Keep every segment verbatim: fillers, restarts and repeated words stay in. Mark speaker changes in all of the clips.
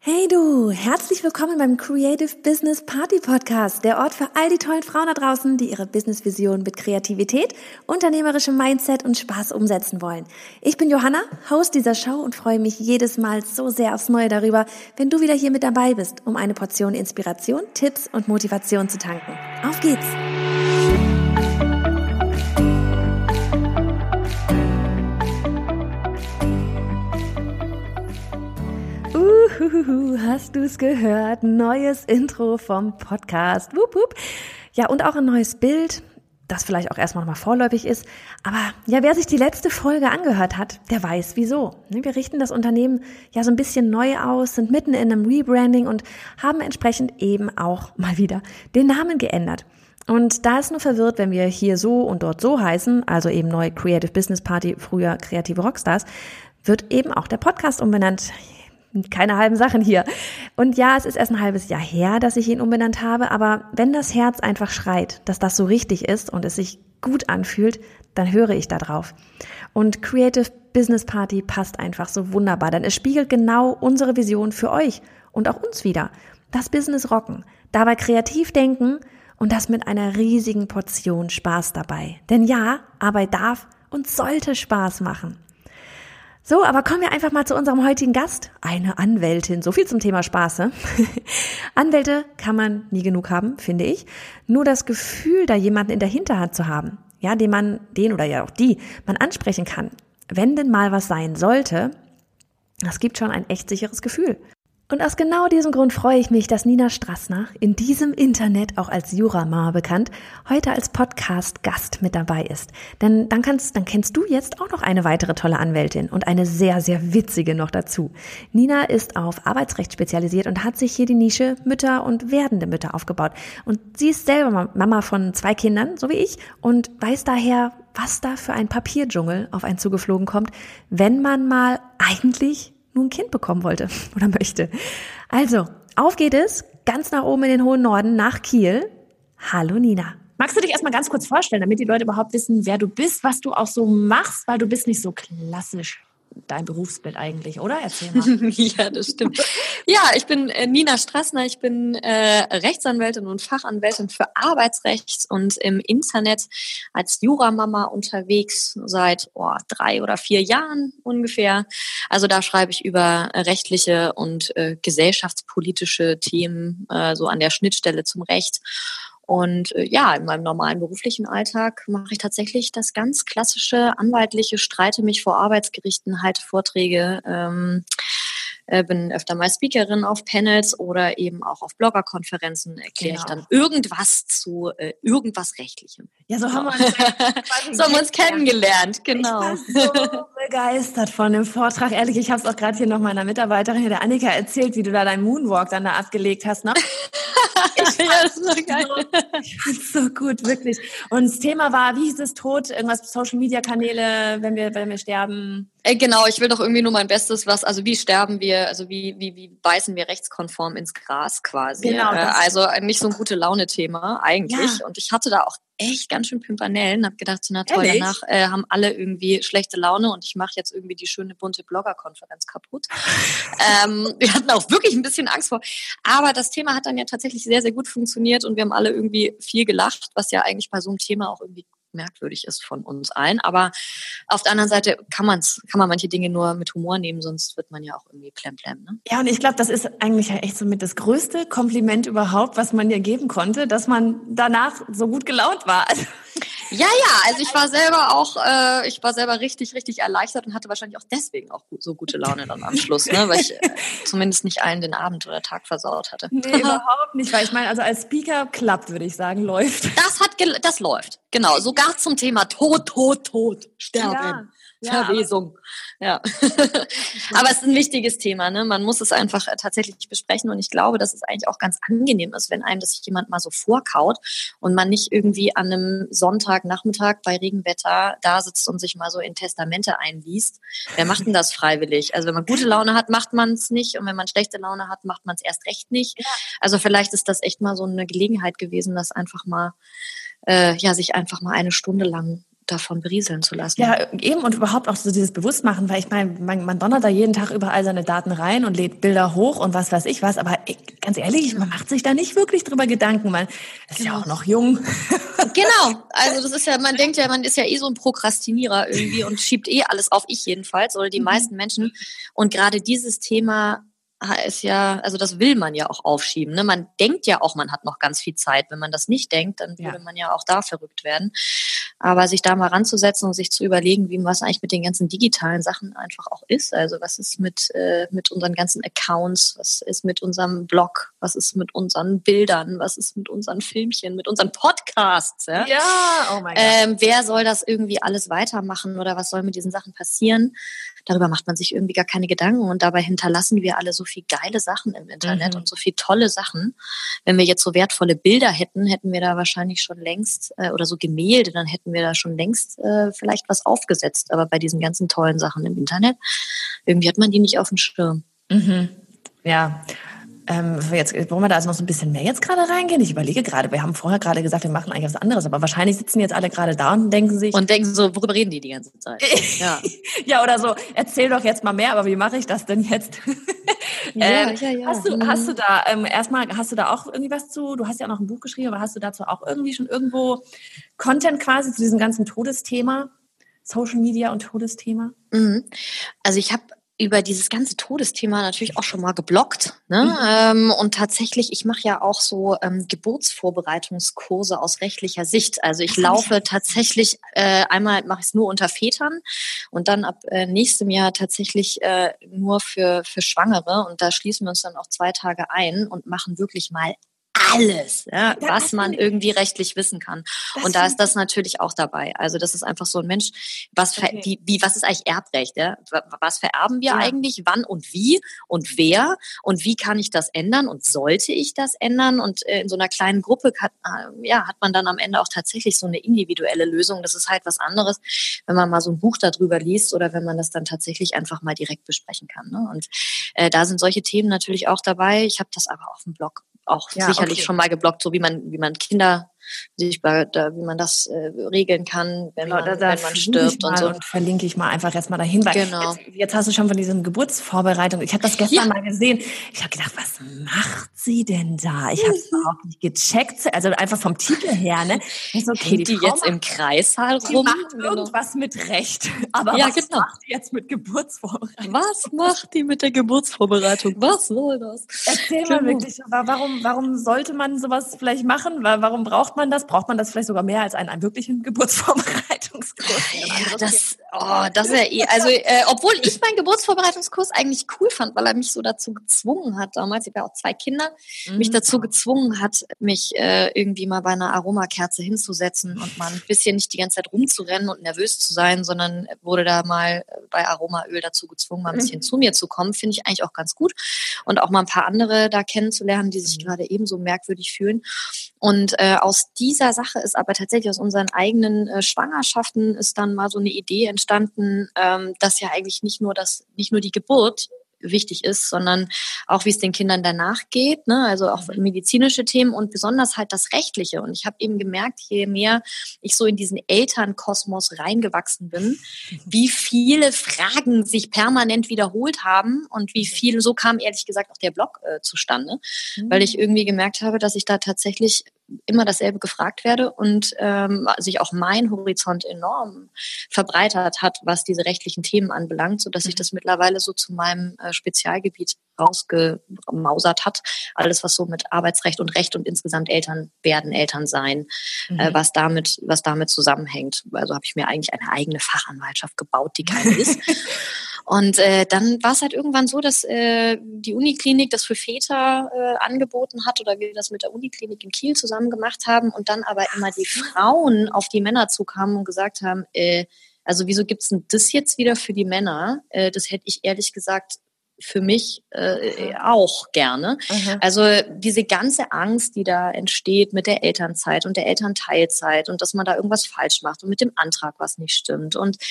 Speaker 1: Hey du, herzlich willkommen beim Creative Business Party Podcast, der Ort für all die tollen Frauen da draußen, die ihre Businessvision mit Kreativität, unternehmerischem Mindset und Spaß umsetzen wollen. Ich bin Johanna, Host dieser Show und freue mich jedes Mal so sehr aufs Neue darüber, wenn du wieder hier mit dabei bist, um eine Portion Inspiration, Tipps und Motivation zu tanken. Auf geht's! Uhuhu, hast du's gehört? Neues Intro vom Podcast. Wup, wup. Ja, und auch ein neues Bild, das vielleicht auch erstmal nochmal vorläufig ist. Aber ja, wer sich die letzte Folge angehört hat, der weiß wieso. Wir richten das Unternehmen ja so ein bisschen neu aus, sind mitten in einem Rebranding und haben entsprechend eben auch mal wieder den Namen geändert. Und da ist nur verwirrt, wenn wir hier so und dort so heißen, also eben neu Creative Business Party, früher Kreative Rockstars, wird eben auch der Podcast umbenannt. Keine halben Sachen hier. Und ja, es ist erst ein halbes Jahr her, dass ich ihn umbenannt habe, aber wenn das Herz einfach schreit, dass das so richtig ist und es sich gut anfühlt, dann höre ich da drauf. Und Creative Business Party passt einfach so wunderbar, denn es spiegelt genau unsere Vision für euch und auch uns wieder. Das Business rocken, dabei kreativ denken und das mit einer riesigen Portion Spaß dabei. Denn ja, Arbeit darf und sollte Spaß machen. So, aber kommen wir einfach mal zu unserem heutigen Gast, eine Anwältin. So viel zum Thema Spaß. Ne? Anwälte kann man nie genug haben, finde ich. Nur das Gefühl, da jemanden in der Hinterhand zu haben, ja, den man, den oder ja auch die, man ansprechen kann, wenn denn mal was sein sollte, das gibt schon ein echt sicheres Gefühl. Und aus genau diesem Grund freue ich mich, dass Nina Strassner, in diesem Internet auch als Juramama bekannt, heute als Podcast-Gast mit dabei ist. Denn dann kannst, dann kennst du jetzt auch noch eine weitere tolle Anwältin und eine sehr, sehr witzige noch dazu. Nina ist auf Arbeitsrecht spezialisiert und hat sich hier die Nische Mütter und werdende Mütter aufgebaut. Und sie ist selber Mama von zwei Kindern, so wie ich, und weiß daher, was da für ein Papierdschungel auf einen zugeflogen kommt, wenn man mal eigentlich nur ein Kind bekommen wollte oder möchte. Also, auf geht es, ganz nach oben in den hohen Norden, nach Kiel. Hallo Nina.
Speaker 2: Magst du dich erstmal ganz kurz vorstellen, damit die Leute überhaupt wissen, wer du bist, was du auch so machst, weil du bist nicht so klassisch dein Berufsbild eigentlich, oder? Erzähl mal.
Speaker 3: Ja, das stimmt. Ja, ich bin äh, Nina Strassner, ich bin äh, Rechtsanwältin und Fachanwältin für Arbeitsrecht und im Internet als Juramama unterwegs seit oh, drei oder vier Jahren ungefähr. Also da schreibe ich über rechtliche und äh, gesellschaftspolitische Themen äh, so an der Schnittstelle zum Recht. Und äh, ja, in meinem normalen beruflichen Alltag mache ich tatsächlich das ganz klassische anwaltliche, streite mich vor Arbeitsgerichten, halte Vorträge, ähm, äh, bin öfter mal Speakerin auf Panels oder eben auch auf Bloggerkonferenzen erkläre genau. ich dann irgendwas zu äh, irgendwas Rechtlichem.
Speaker 2: Ja, so haben wir uns,
Speaker 3: so haben wir uns kennengelernt, genau.
Speaker 2: Ich war so begeistert von dem Vortrag. Ehrlich, ich habe es auch gerade hier noch meiner Mitarbeiterin, der Annika, erzählt, wie du da deinen Moonwalk dann da abgelegt hast, ne? Ich
Speaker 3: ja, das ist so geil.
Speaker 2: So, ich fand's so gut, wirklich. Und das Thema war, wie hieß es, Tod, irgendwas, Social-Media-Kanäle, wenn wir, wenn wir sterben?
Speaker 3: Äh, genau, ich will doch irgendwie nur mein Bestes, was, also wie sterben wir, also wie, wie, wie beißen wir rechtskonform ins Gras quasi.
Speaker 2: Genau.
Speaker 3: Äh, also nicht so ein gute Laune-Thema eigentlich. Ja. Und ich hatte da auch echt ganz schön Pimpernellen, hab gedacht, so na toll, Ehrlich? danach äh, haben alle irgendwie schlechte Laune und ich mache jetzt irgendwie die schöne bunte Blogger-Konferenz kaputt. ähm, wir hatten auch wirklich ein bisschen Angst vor. Aber das Thema hat dann ja tatsächlich sehr, sehr gut funktioniert und wir haben alle irgendwie viel gelacht, was ja eigentlich bei so einem Thema auch irgendwie merkwürdig ist von uns allen. Aber auf der anderen Seite kann man's, kann man manche Dinge nur mit Humor nehmen, sonst wird man ja auch irgendwie plemplem. Ne?
Speaker 2: Ja, und ich glaube, das ist eigentlich ja echt so mit das größte Kompliment überhaupt, was man dir geben konnte, dass man danach so gut gelaunt war. Also
Speaker 3: ja, ja, also ich war selber auch, äh, ich war selber richtig, richtig erleichtert und hatte wahrscheinlich auch deswegen auch gut, so gute Laune dann am Schluss, ne, weil ich äh, zumindest nicht allen den Abend oder Tag versaut hatte.
Speaker 2: Nee, überhaupt nicht, weil ich meine, also als Speaker klappt, würde ich sagen, läuft.
Speaker 3: Das hat, gel- das läuft, genau, sogar zum Thema Tod, Tod, Tod, Sterben. Ja. Ja, Verwesung. Ja. Aber es ist ein wichtiges Thema, ne? Man muss es einfach tatsächlich besprechen und ich glaube, dass es eigentlich auch ganz angenehm ist, wenn einem das jemand mal so vorkaut und man nicht irgendwie an einem Sonntagnachmittag bei Regenwetter da sitzt und sich mal so in Testamente einliest. Wer macht denn das freiwillig? Also wenn man gute Laune hat, macht man es nicht und wenn man schlechte Laune hat, macht man es erst recht nicht. Ja. Also vielleicht ist das echt mal so eine Gelegenheit gewesen, das einfach mal, äh, ja, sich einfach mal eine Stunde lang davon berieseln zu lassen.
Speaker 2: Ja, eben und überhaupt auch so dieses Bewusstmachen, weil ich meine, man, man donnert da jeden Tag überall seine Daten rein und lädt Bilder hoch und was weiß ich was, aber ich, ganz ehrlich, man macht sich da nicht wirklich drüber Gedanken, man ist genau. ja auch noch jung.
Speaker 3: Genau, also das ist ja, man denkt ja, man ist ja eh so ein Prokrastinierer irgendwie und schiebt eh alles auf, ich jedenfalls, oder die mhm. meisten Menschen. Und gerade dieses Thema ist ja, also das will man ja auch aufschieben. Ne? Man denkt ja auch, man hat noch ganz viel Zeit. Wenn man das nicht denkt, dann würde ja. man ja auch da verrückt werden. Aber sich da mal ranzusetzen und sich zu überlegen, wie was eigentlich mit den ganzen digitalen Sachen einfach auch ist. Also was ist mit äh, mit unseren ganzen Accounts, was ist mit unserem Blog, was ist mit unseren Bildern, was ist mit unseren Filmchen, mit unseren Podcasts. Ja,
Speaker 2: ja oh mein Gott.
Speaker 3: Ähm, wer soll das irgendwie alles weitermachen oder was soll mit diesen Sachen passieren? Darüber macht man sich irgendwie gar keine Gedanken und dabei hinterlassen wir alle so viel geile Sachen im Internet mhm. und so viel tolle Sachen. Wenn wir jetzt so wertvolle Bilder hätten, hätten wir da wahrscheinlich schon längst, äh, oder so Gemälde, dann hätten wir da schon längst äh, vielleicht was aufgesetzt. Aber bei diesen ganzen tollen Sachen im Internet, irgendwie hat man die nicht auf dem Schirm.
Speaker 2: Mhm. Ja, Ähm, jetzt wollen wir da also noch so ein bisschen mehr jetzt gerade reingehen? Ich überlege gerade, wir haben vorher gerade gesagt, wir machen eigentlich was anderes, aber wahrscheinlich sitzen jetzt alle gerade da und denken sich...
Speaker 3: Und denken so, worüber reden die die ganze Zeit?
Speaker 2: Ja, ja oder so, erzähl doch jetzt mal mehr, aber wie mache ich das denn jetzt?
Speaker 3: ja,
Speaker 2: ähm,
Speaker 3: ja, ja.
Speaker 2: Hast du, hast du da, ähm, erstmal, hast du da auch irgendwie was zu, du hast ja auch noch ein Buch geschrieben, aber hast du dazu auch irgendwie schon irgendwo Content quasi zu diesem ganzen Todesthema, Social Media und Todesthema?
Speaker 3: Mhm. Also ich habe über dieses ganze Todesthema natürlich auch schon mal gebloggt. Ne? Mhm. Ähm, und tatsächlich, ich mache ja auch so ähm, Geburtsvorbereitungskurse aus rechtlicher Sicht. Also ich laufe tatsächlich, äh, einmal mache ich es nur unter Vätern und dann ab äh, nächstem Jahr tatsächlich äh, nur für, für Schwangere. Und da schließen wir uns dann auch zwei Tage ein und machen wirklich mal alles, ja, was man irgendwie rechtlich wissen kann. Und da ist das natürlich auch dabei. Also das ist einfach so ein Mensch, was ver- wie, wie was ist eigentlich Erbrecht? Ja? Was vererben wir ja. eigentlich? Wann und wie und wer? Und wie kann ich das ändern? Und sollte ich das ändern? Und äh, in so einer kleinen Gruppe hat, äh, ja, hat man dann am Ende auch tatsächlich so eine individuelle Lösung. Das ist halt was anderes, wenn man mal so ein Buch darüber liest oder wenn man das dann tatsächlich einfach mal direkt besprechen kann. Ne? Und äh, da sind solche Themen natürlich auch dabei. Ich habe das aber auf dem Blog auch ja, sicherlich okay. schon mal geblockt, so wie man wie man Kinder sich bei, da, wie man das äh, regeln kann, wenn
Speaker 2: genau,
Speaker 3: man,
Speaker 2: da, da
Speaker 3: wenn man stirbt und so.
Speaker 2: Und verlinke ich mal einfach erstmal dahin, weil
Speaker 3: genau.
Speaker 2: jetzt, jetzt hast du schon von diesem Geburtsvorbereitung, ich habe das gestern ja. mal gesehen, ich habe gedacht, was macht sie denn da? Ich habe es mhm. überhaupt nicht gecheckt, also einfach vom Titel her, ne?
Speaker 3: Ich so, okay, die, die jetzt macht, im Kreissaal rum.
Speaker 2: Die macht genau. irgendwas mit Recht, aber
Speaker 3: ja,
Speaker 2: was
Speaker 3: genau.
Speaker 2: macht die jetzt mit Geburtsvorbereitung?
Speaker 3: Was macht die mit der Geburtsvorbereitung? Was soll das?
Speaker 2: Erzähl genau. mal wirklich, warum, warum sollte man sowas vielleicht machen? Warum braucht man das? Braucht man das vielleicht sogar mehr als einen, einen wirklichen Geburtsvorbereitungskurs?
Speaker 3: Ja, das, oh, das ist ja eh, also, äh, obwohl ich meinen Geburtsvorbereitungskurs eigentlich cool fand, weil er mich so dazu gezwungen hat, damals, ich habe ja auch zwei Kinder, mhm. mich dazu gezwungen hat, mich äh, irgendwie mal bei einer Aromakerze hinzusetzen und mal ein bisschen nicht die ganze Zeit rumzurennen und nervös zu sein, sondern wurde da mal bei Aromaöl dazu gezwungen, mal ein bisschen mhm. zu mir zu kommen, finde ich eigentlich auch ganz gut und auch mal ein paar andere da kennenzulernen, die sich mhm. gerade ebenso merkwürdig fühlen. Und äh, aus dieser Sache ist aber tatsächlich aus unseren eigenen äh, Schwangerschaften ist dann mal so eine Idee entstanden, ähm, dass ja eigentlich nicht nur das, nicht nur die Geburt wichtig ist, sondern auch, wie es den Kindern danach geht, ne? Also auch medizinische Themen und besonders halt das Rechtliche. Und ich habe eben gemerkt, je mehr ich so in diesen Elternkosmos reingewachsen bin, wie viele Fragen sich permanent wiederholt haben und wie viel, so kam ehrlich gesagt auch der Blog äh, zustande, mhm. weil ich irgendwie gemerkt habe, dass ich da tatsächlich immer dasselbe gefragt werde und ähm, sich auch mein Horizont enorm verbreitert hat, was diese rechtlichen Themen anbelangt, so dass sich das mittlerweile so zu meinem äh, Spezialgebiet rausgemausert hat. Alles, was so mit Arbeitsrecht und Recht und insgesamt Eltern werden, Eltern sein, mhm. äh, was damit, was damit zusammenhängt. Also habe ich mir eigentlich eine eigene Fachanwaltschaft gebaut, die keine ist. Und äh, dann war es halt irgendwann so, dass äh, die Uniklinik das für Väter äh, angeboten hat oder wir das mit der Uniklinik in Kiel zusammen gemacht haben und dann aber immer die Frauen auf die Männer zukamen und gesagt haben, äh, also wieso gibt's denn das jetzt wieder für die Männer? Äh, das hätte ich ehrlich gesagt für mich äh, auch gerne. Mhm. Also diese ganze Angst, die da entsteht mit der Elternzeit und der Elternteilzeit und dass man da irgendwas falsch macht und mit dem Antrag was nicht stimmt und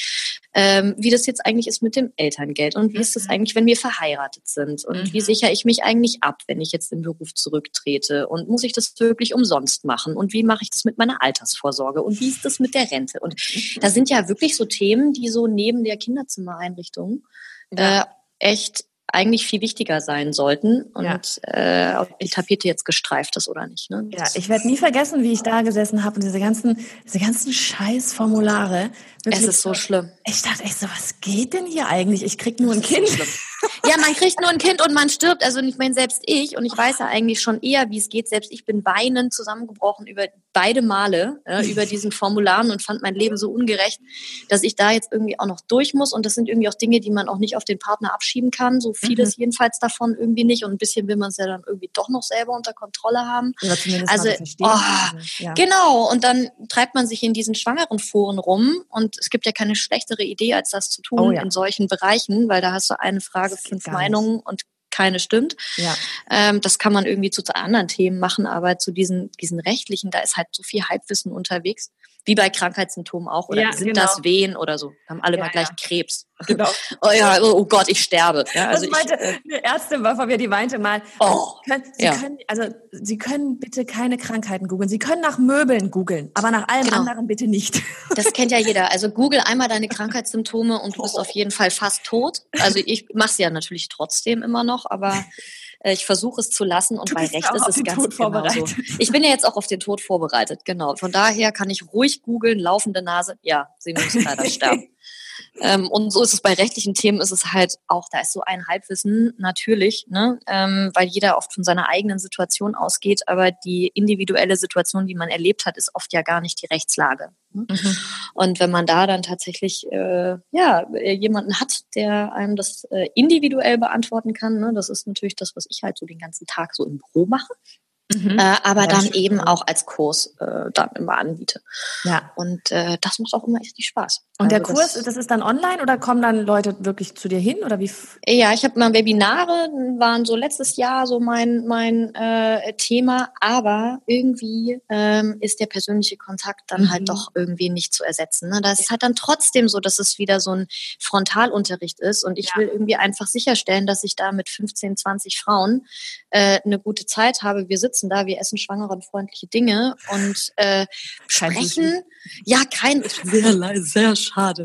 Speaker 3: ähm, wie das jetzt eigentlich ist mit dem Elterngeld und wie mhm. ist das eigentlich, wenn wir verheiratet sind und mhm. wie sichere ich mich eigentlich ab, wenn ich jetzt im Beruf zurücktrete und muss ich das wirklich umsonst machen und wie mache ich das mit meiner Altersvorsorge und wie ist das mit der Rente? Und da sind ja wirklich so Themen, die so neben der Kinderzimmereinrichtung ja. äh, echt eigentlich viel wichtiger sein sollten und ja. äh, ob die Tapete jetzt gestreift ist oder nicht. Ne?
Speaker 2: Ja, ich werde nie vergessen, wie ich da gesessen habe und diese ganzen, diese ganzen Scheißformulare.
Speaker 3: Es ist so schlimm.
Speaker 2: Ich dachte echt so, was geht denn hier eigentlich? Ich krieg nur ein Kind. So
Speaker 3: ja, man kriegt nur ein Kind und man stirbt. Also ich meine, selbst ich, und ich weiß ja eigentlich schon eher, wie es geht, selbst ich bin weinend zusammengebrochen über beide Male, äh, über diesen Formularen und fand mein Leben so ungerecht, dass ich da jetzt irgendwie auch noch durch muss. Und das sind irgendwie auch Dinge, die man auch nicht auf den Partner abschieben kann. So vieles mhm. jedenfalls davon irgendwie nicht. Und ein bisschen will man es ja dann irgendwie doch noch selber unter Kontrolle haben.
Speaker 2: Ja, zumindest
Speaker 3: also,
Speaker 2: oh,
Speaker 3: ja. Genau. Und dann treibt man sich in diesen schwangeren Foren rum. Und es gibt ja keine schlechtere Idee, als das zu tun oh, ja. in solchen Bereichen, weil da hast du eine Frage, fünf Meinungen und keine stimmt. Ja. Ähm, das kann man irgendwie zu, zu anderen Themen machen, aber zu diesen, diesen rechtlichen, da ist halt so viel Halbwissen unterwegs. Wie bei Krankheitssymptomen auch. Oder ja, sind genau. das Wehen oder so? Haben alle ja, mal gleich ja. Krebs.
Speaker 2: Genau.
Speaker 3: Oh ja, oh Gott, ich sterbe. Ja, also
Speaker 2: das meinte
Speaker 3: ich, äh,
Speaker 2: eine Ärztin war von mir, die meinte mal,
Speaker 3: oh,
Speaker 2: Sie, können, Sie,
Speaker 3: ja.
Speaker 2: können, also, Sie können bitte keine Krankheiten googeln. Sie können nach Möbeln googeln, aber nach allem genau. anderen bitte nicht.
Speaker 3: Das kennt ja jeder. Also google einmal deine Krankheitssymptome und du bist oh. auf jeden Fall fast tot. Also ich mache es ja natürlich trotzdem immer noch, aber ich versuche es zu lassen und bei Recht ist es ganz genau so. Ich bin ja jetzt auch auf den Tod vorbereitet, genau. Von daher kann ich ruhig googeln, laufende Nase, ja, sie müssen leider sterben. Ähm, und so ist es bei rechtlichen Themen, ist es halt auch, da ist so ein Halbwissen, natürlich, ne, ähm, weil jeder oft von seiner eigenen Situation ausgeht, aber die individuelle Situation, die man erlebt hat, ist oft ja gar nicht die Rechtslage. Ne? Mhm. Und wenn man da dann tatsächlich äh, ja jemanden hat, der einem das äh, individuell beantworten kann, ne, das ist natürlich das, was ich halt so den ganzen Tag so im Büro mache. Mhm. Äh, aber ja, dann schön, eben ja. auch als Kurs äh, dann immer anbiete. Ja. Und äh, das macht auch immer richtig Spaß.
Speaker 2: Und
Speaker 3: also
Speaker 2: der Kurs, das, das ist dann online oder kommen dann Leute wirklich zu dir hin oder wie?
Speaker 3: Ja, ich habe mal Webinare, waren so letztes Jahr so mein mein äh, Thema, aber irgendwie ähm, ist der persönliche Kontakt dann mhm. halt doch irgendwie nicht zu ersetzen. Ne? Das ist halt dann trotzdem so, dass es wieder so ein Frontalunterricht ist und ich ja. will irgendwie einfach sicherstellen, dass ich da mit fünfzehn, zwanzig Frauen äh, eine gute Zeit habe. Wir sitzen da, wir essen schwangerenfreundliche Dinge und äh, sprechen. Ja, kein sehr, sehr schade.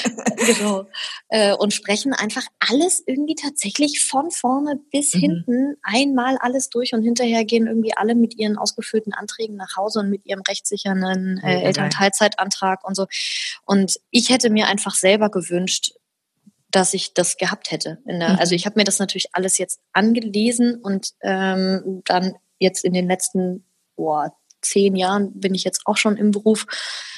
Speaker 3: Genau. Äh, und sprechen einfach alles irgendwie tatsächlich von vorne bis mhm. hinten einmal alles durch und hinterher gehen irgendwie alle mit ihren ausgefüllten Anträgen nach Hause und mit ihrem rechtssichernden äh, Elternteilzeitantrag und so. Und ich hätte mir einfach selber gewünscht, dass ich das gehabt hätte. In der, mhm. Also ich habe mir das natürlich alles jetzt angelesen und ähm, dann jetzt in den letzten boah, zehn Jahren bin ich jetzt auch schon im Beruf,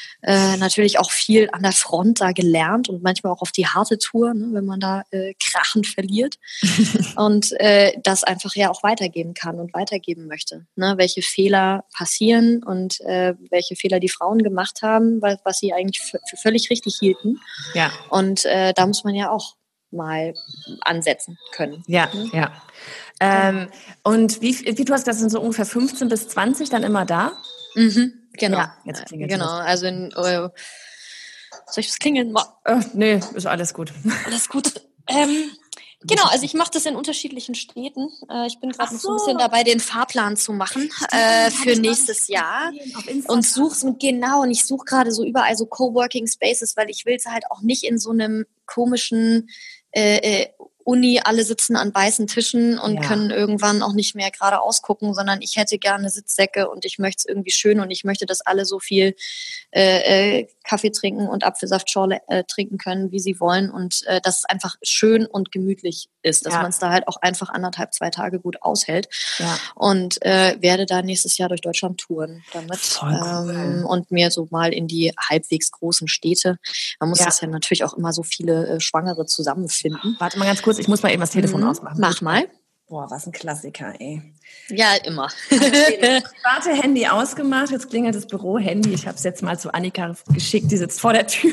Speaker 3: äh, natürlich auch viel an der Front da gelernt und manchmal auch auf die harte Tour, ne, wenn man da äh, krachend verliert und äh, das einfach ja auch weitergeben kann und weitergeben möchte. Ne, welche Fehler passieren und äh, welche Fehler die Frauen gemacht haben, was, was sie eigentlich für, für völlig richtig hielten. Ja. Und äh, da muss man ja auch mal ansetzen können.
Speaker 2: Ja, ne? ja. Ähm, und wie, wie du hast gesagt, sind so ungefähr fünfzehn bis zwanzig dann immer da?
Speaker 3: Mhm, genau.
Speaker 2: Ja, jetzt klingelt
Speaker 3: genau, also in, äh, soll ich das klingeln?
Speaker 2: Äh, nee, ist alles gut.
Speaker 3: Alles gut. ähm, genau, also ich mache das in unterschiedlichen Städten. Äh, ich bin gerade so. noch so ein bisschen dabei, den Fahrplan zu machen äh, für nächstes Jahr. Und such's genau, und ich suche gerade so überall so Coworking Spaces, weil ich will es halt auch nicht in so einem komischen äh, äh, Uni, alle sitzen an weißen Tischen und ja. können irgendwann auch nicht mehr geradeaus gucken, sondern ich hätte gerne Sitzsäcke und ich möchte es irgendwie schön und ich möchte, dass alle so viel äh, äh, Kaffee trinken und Apfelsaftschorle äh, trinken können, wie sie wollen und äh, dass es einfach schön und gemütlich ist, dass ja. man es da halt auch einfach anderthalb, zwei Tage gut aushält ja. und äh, werde da nächstes Jahr durch Deutschland touren damit cool. ähm, und mir so mal in die halbwegs großen Städte, man muss ja. das ja natürlich auch immer so viele äh, Schwangere zusammenfinden.
Speaker 2: Warte mal ganz kurz, ich muss mal eben das Telefon mhm. ausmachen.
Speaker 3: Mach mal.
Speaker 2: Boah, was ein Klassiker, ey.
Speaker 3: Ja, immer.
Speaker 2: Das private Handy ausgemacht, jetzt klingelt das Büro-Handy. Ich habe es jetzt mal zu Annika geschickt, die sitzt vor der Tür.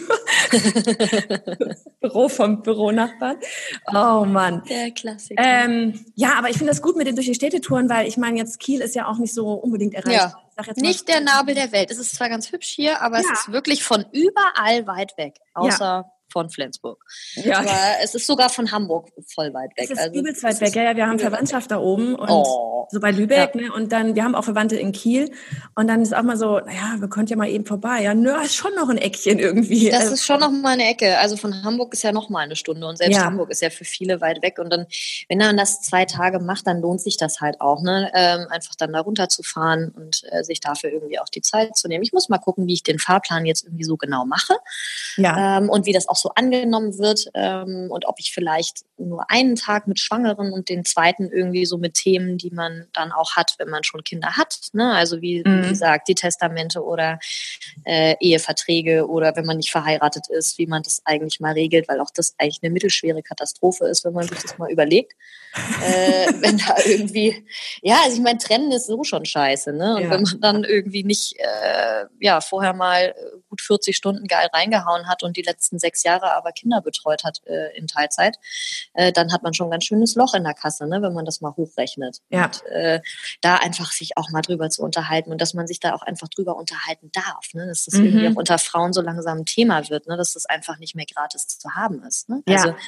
Speaker 2: Das Büro vom Büronachbarn. Oh Mann.
Speaker 3: Der Klassiker.
Speaker 2: Ähm, ja, aber ich finde das gut mit den durch die Städte touren, weil ich meine, jetzt Kiel ist ja auch nicht so unbedingt erreicht.
Speaker 3: Ja. Sag jetzt mal, nicht der Nabel der Welt. Es ist zwar ganz hübsch hier, aber ja. es ist wirklich von überall weit weg. Außer... Ja. von Flensburg.
Speaker 2: Ja.
Speaker 3: Aber es ist sogar von Hamburg voll weit weg.
Speaker 2: Es ist
Speaker 3: also,
Speaker 2: übelst weit weg. Ja, ja, wir haben Verwandtschaft da oben und
Speaker 3: oh.
Speaker 2: so bei Lübeck,
Speaker 3: ja.
Speaker 2: ne? Und dann, wir haben auch Verwandte in Kiel und dann ist auch mal so, naja, wir könnten ja mal eben vorbei. Ja, nö, ist schon noch ein Eckchen irgendwie.
Speaker 3: Das ist schon noch mal eine Ecke. Also von Hamburg ist ja noch mal eine Stunde und selbst
Speaker 2: ja.
Speaker 3: Hamburg ist ja für viele weit weg. Und dann, wenn man das zwei Tage macht, dann lohnt sich das halt auch, ne? Ähm, einfach dann da runterzufahren und äh, sich dafür irgendwie auch die Zeit zu nehmen. Ich muss mal gucken, wie ich den Fahrplan jetzt irgendwie so genau mache.
Speaker 2: Ja.
Speaker 3: Ähm, und wie das auch so angenommen wird ähm, und ob ich vielleicht nur einen Tag mit Schwangeren und den zweiten irgendwie so mit Themen, die man dann auch hat, wenn man schon Kinder hat, ne? Also wie,
Speaker 2: mhm.
Speaker 3: wie gesagt, die Testamente oder äh, Eheverträge oder wenn man nicht verheiratet ist, wie man das eigentlich mal regelt, weil auch das eigentlich eine mittelschwere Katastrophe ist, wenn man sich das mal überlegt. äh, wenn da irgendwie, ja, also ich meine, trennen ist so schon scheiße, ne? Und
Speaker 2: ja.
Speaker 3: wenn man dann irgendwie nicht, äh, ja, vorher mal gut vierzig Stunden geil reingehauen hat und die letzten sechs Jahre aber Kinder betreut hat äh, in Teilzeit, äh, dann hat man schon ein ganz schönes Loch in der Kasse, ne? Wenn man das mal hochrechnet.
Speaker 2: Ja.
Speaker 3: Und äh, da einfach sich auch mal drüber zu unterhalten und dass man sich da auch einfach drüber unterhalten darf, ne? Dass das mhm. irgendwie auch unter Frauen so langsam ein Thema wird, ne? Dass das einfach nicht mehr gratis zu haben ist, ne?
Speaker 2: Ja.
Speaker 3: Also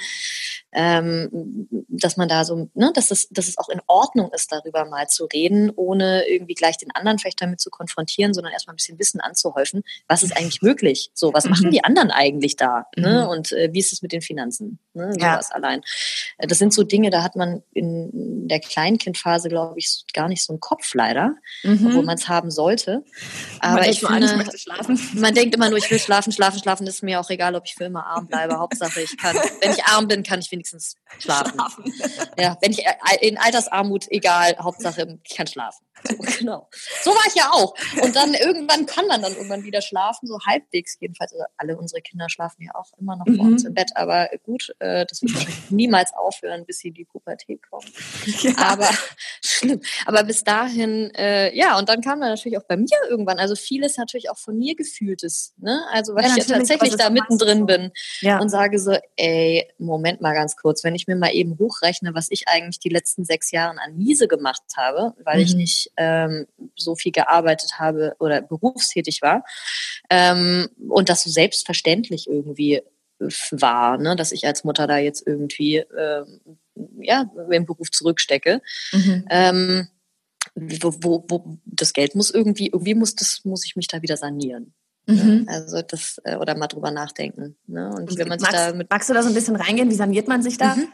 Speaker 3: ähm, dass man da so, ne, dass es, dass es auch in Ordnung ist, darüber mal zu reden, ohne irgendwie gleich den anderen vielleicht damit zu konfrontieren, sondern erstmal ein bisschen Wissen anzuhäufen. Was ist eigentlich möglich? So, was mhm. machen die anderen eigentlich da? Mhm. Ne? Und äh, wie ist es mit den Finanzen? Ne? So
Speaker 2: ja.
Speaker 3: was allein. Das sind so Dinge, da hat man in der Kleinkindphase, glaube ich, gar nicht so einen Kopf leider, mhm. obwohl man es haben sollte. Aber man ich finde,
Speaker 2: an, ich schlafen.
Speaker 3: Man denkt immer nur, ich will schlafen, schlafen, schlafen. Das ist mir auch egal, ob ich für immer arm bleibe. Hauptsache, ich kann, wenn ich arm bin, kann ich wenigstens schlafen. schlafen. Ja, wenn ich in Altersarmut, egal, Hauptsache, ich kann schlafen. So, genau. So war ich ja auch. Und dann irgendwann kann man dann irgendwann wieder schlafen, so halbwegs jedenfalls. Also alle unsere Kinder schlafen ja auch immer noch mhm. vor uns im Bett. Aber gut, äh, das wird wahrscheinlich niemals aufhören, bis sie in die Pubertät kommen. Ja. Aber schlimm. Aber bis dahin, äh, ja, und dann kam dann natürlich auch bei mir irgendwann, also vieles natürlich auch von mir Gefühltes, ne? Also weil ja, ich ja tatsächlich da mittendrin so. bin ja. und sage so, ey, Moment mal ganz kurz, wenn ich mir mal eben hochrechne, was ich eigentlich die letzten sechs Jahre an Miese gemacht habe, weil mhm. ich nicht ähm, so viel gearbeitet habe oder berufstätig war ähm, und das so selbstverständlich irgendwie war, ne, dass ich als Mutter da jetzt irgendwie ähm, ja im Beruf zurückstecke. Mhm. Ähm, wo, wo, wo das Geld muss irgendwie, irgendwie muss das, muss ich mich da wieder sanieren. Mhm. Ne? Also das, äh, oder mal drüber nachdenken. Ne? Und, Und wenn man
Speaker 2: magst,
Speaker 3: sich da mit
Speaker 2: magst du da so ein bisschen reingehen? Wie saniert man sich da?
Speaker 3: Mhm.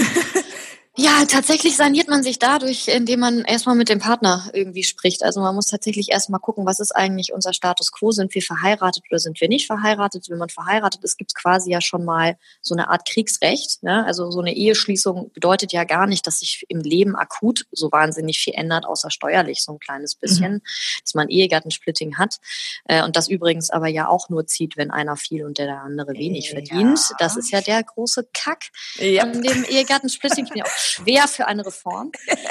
Speaker 3: Ja, tatsächlich saniert man sich dadurch, indem man erstmal mit dem Partner irgendwie spricht. Also man muss tatsächlich erstmal gucken, was ist eigentlich unser Status quo? Sind wir verheiratet oder sind wir nicht verheiratet? Wenn man verheiratet ist, gibt es quasi ja schon mal so eine Art Kriegsrecht. Ne? Also so eine Eheschließung bedeutet ja gar nicht, dass sich im Leben akut so wahnsinnig viel ändert, außer steuerlich so ein kleines bisschen, mhm. dass man Ehegattensplitting hat. Und das übrigens aber ja auch nur zieht, wenn einer viel und der andere wenig ja. verdient. Das ist ja der große Kack ja. an dem Ehegattensplitting. Ich bin ja auch schwer für eine Reform.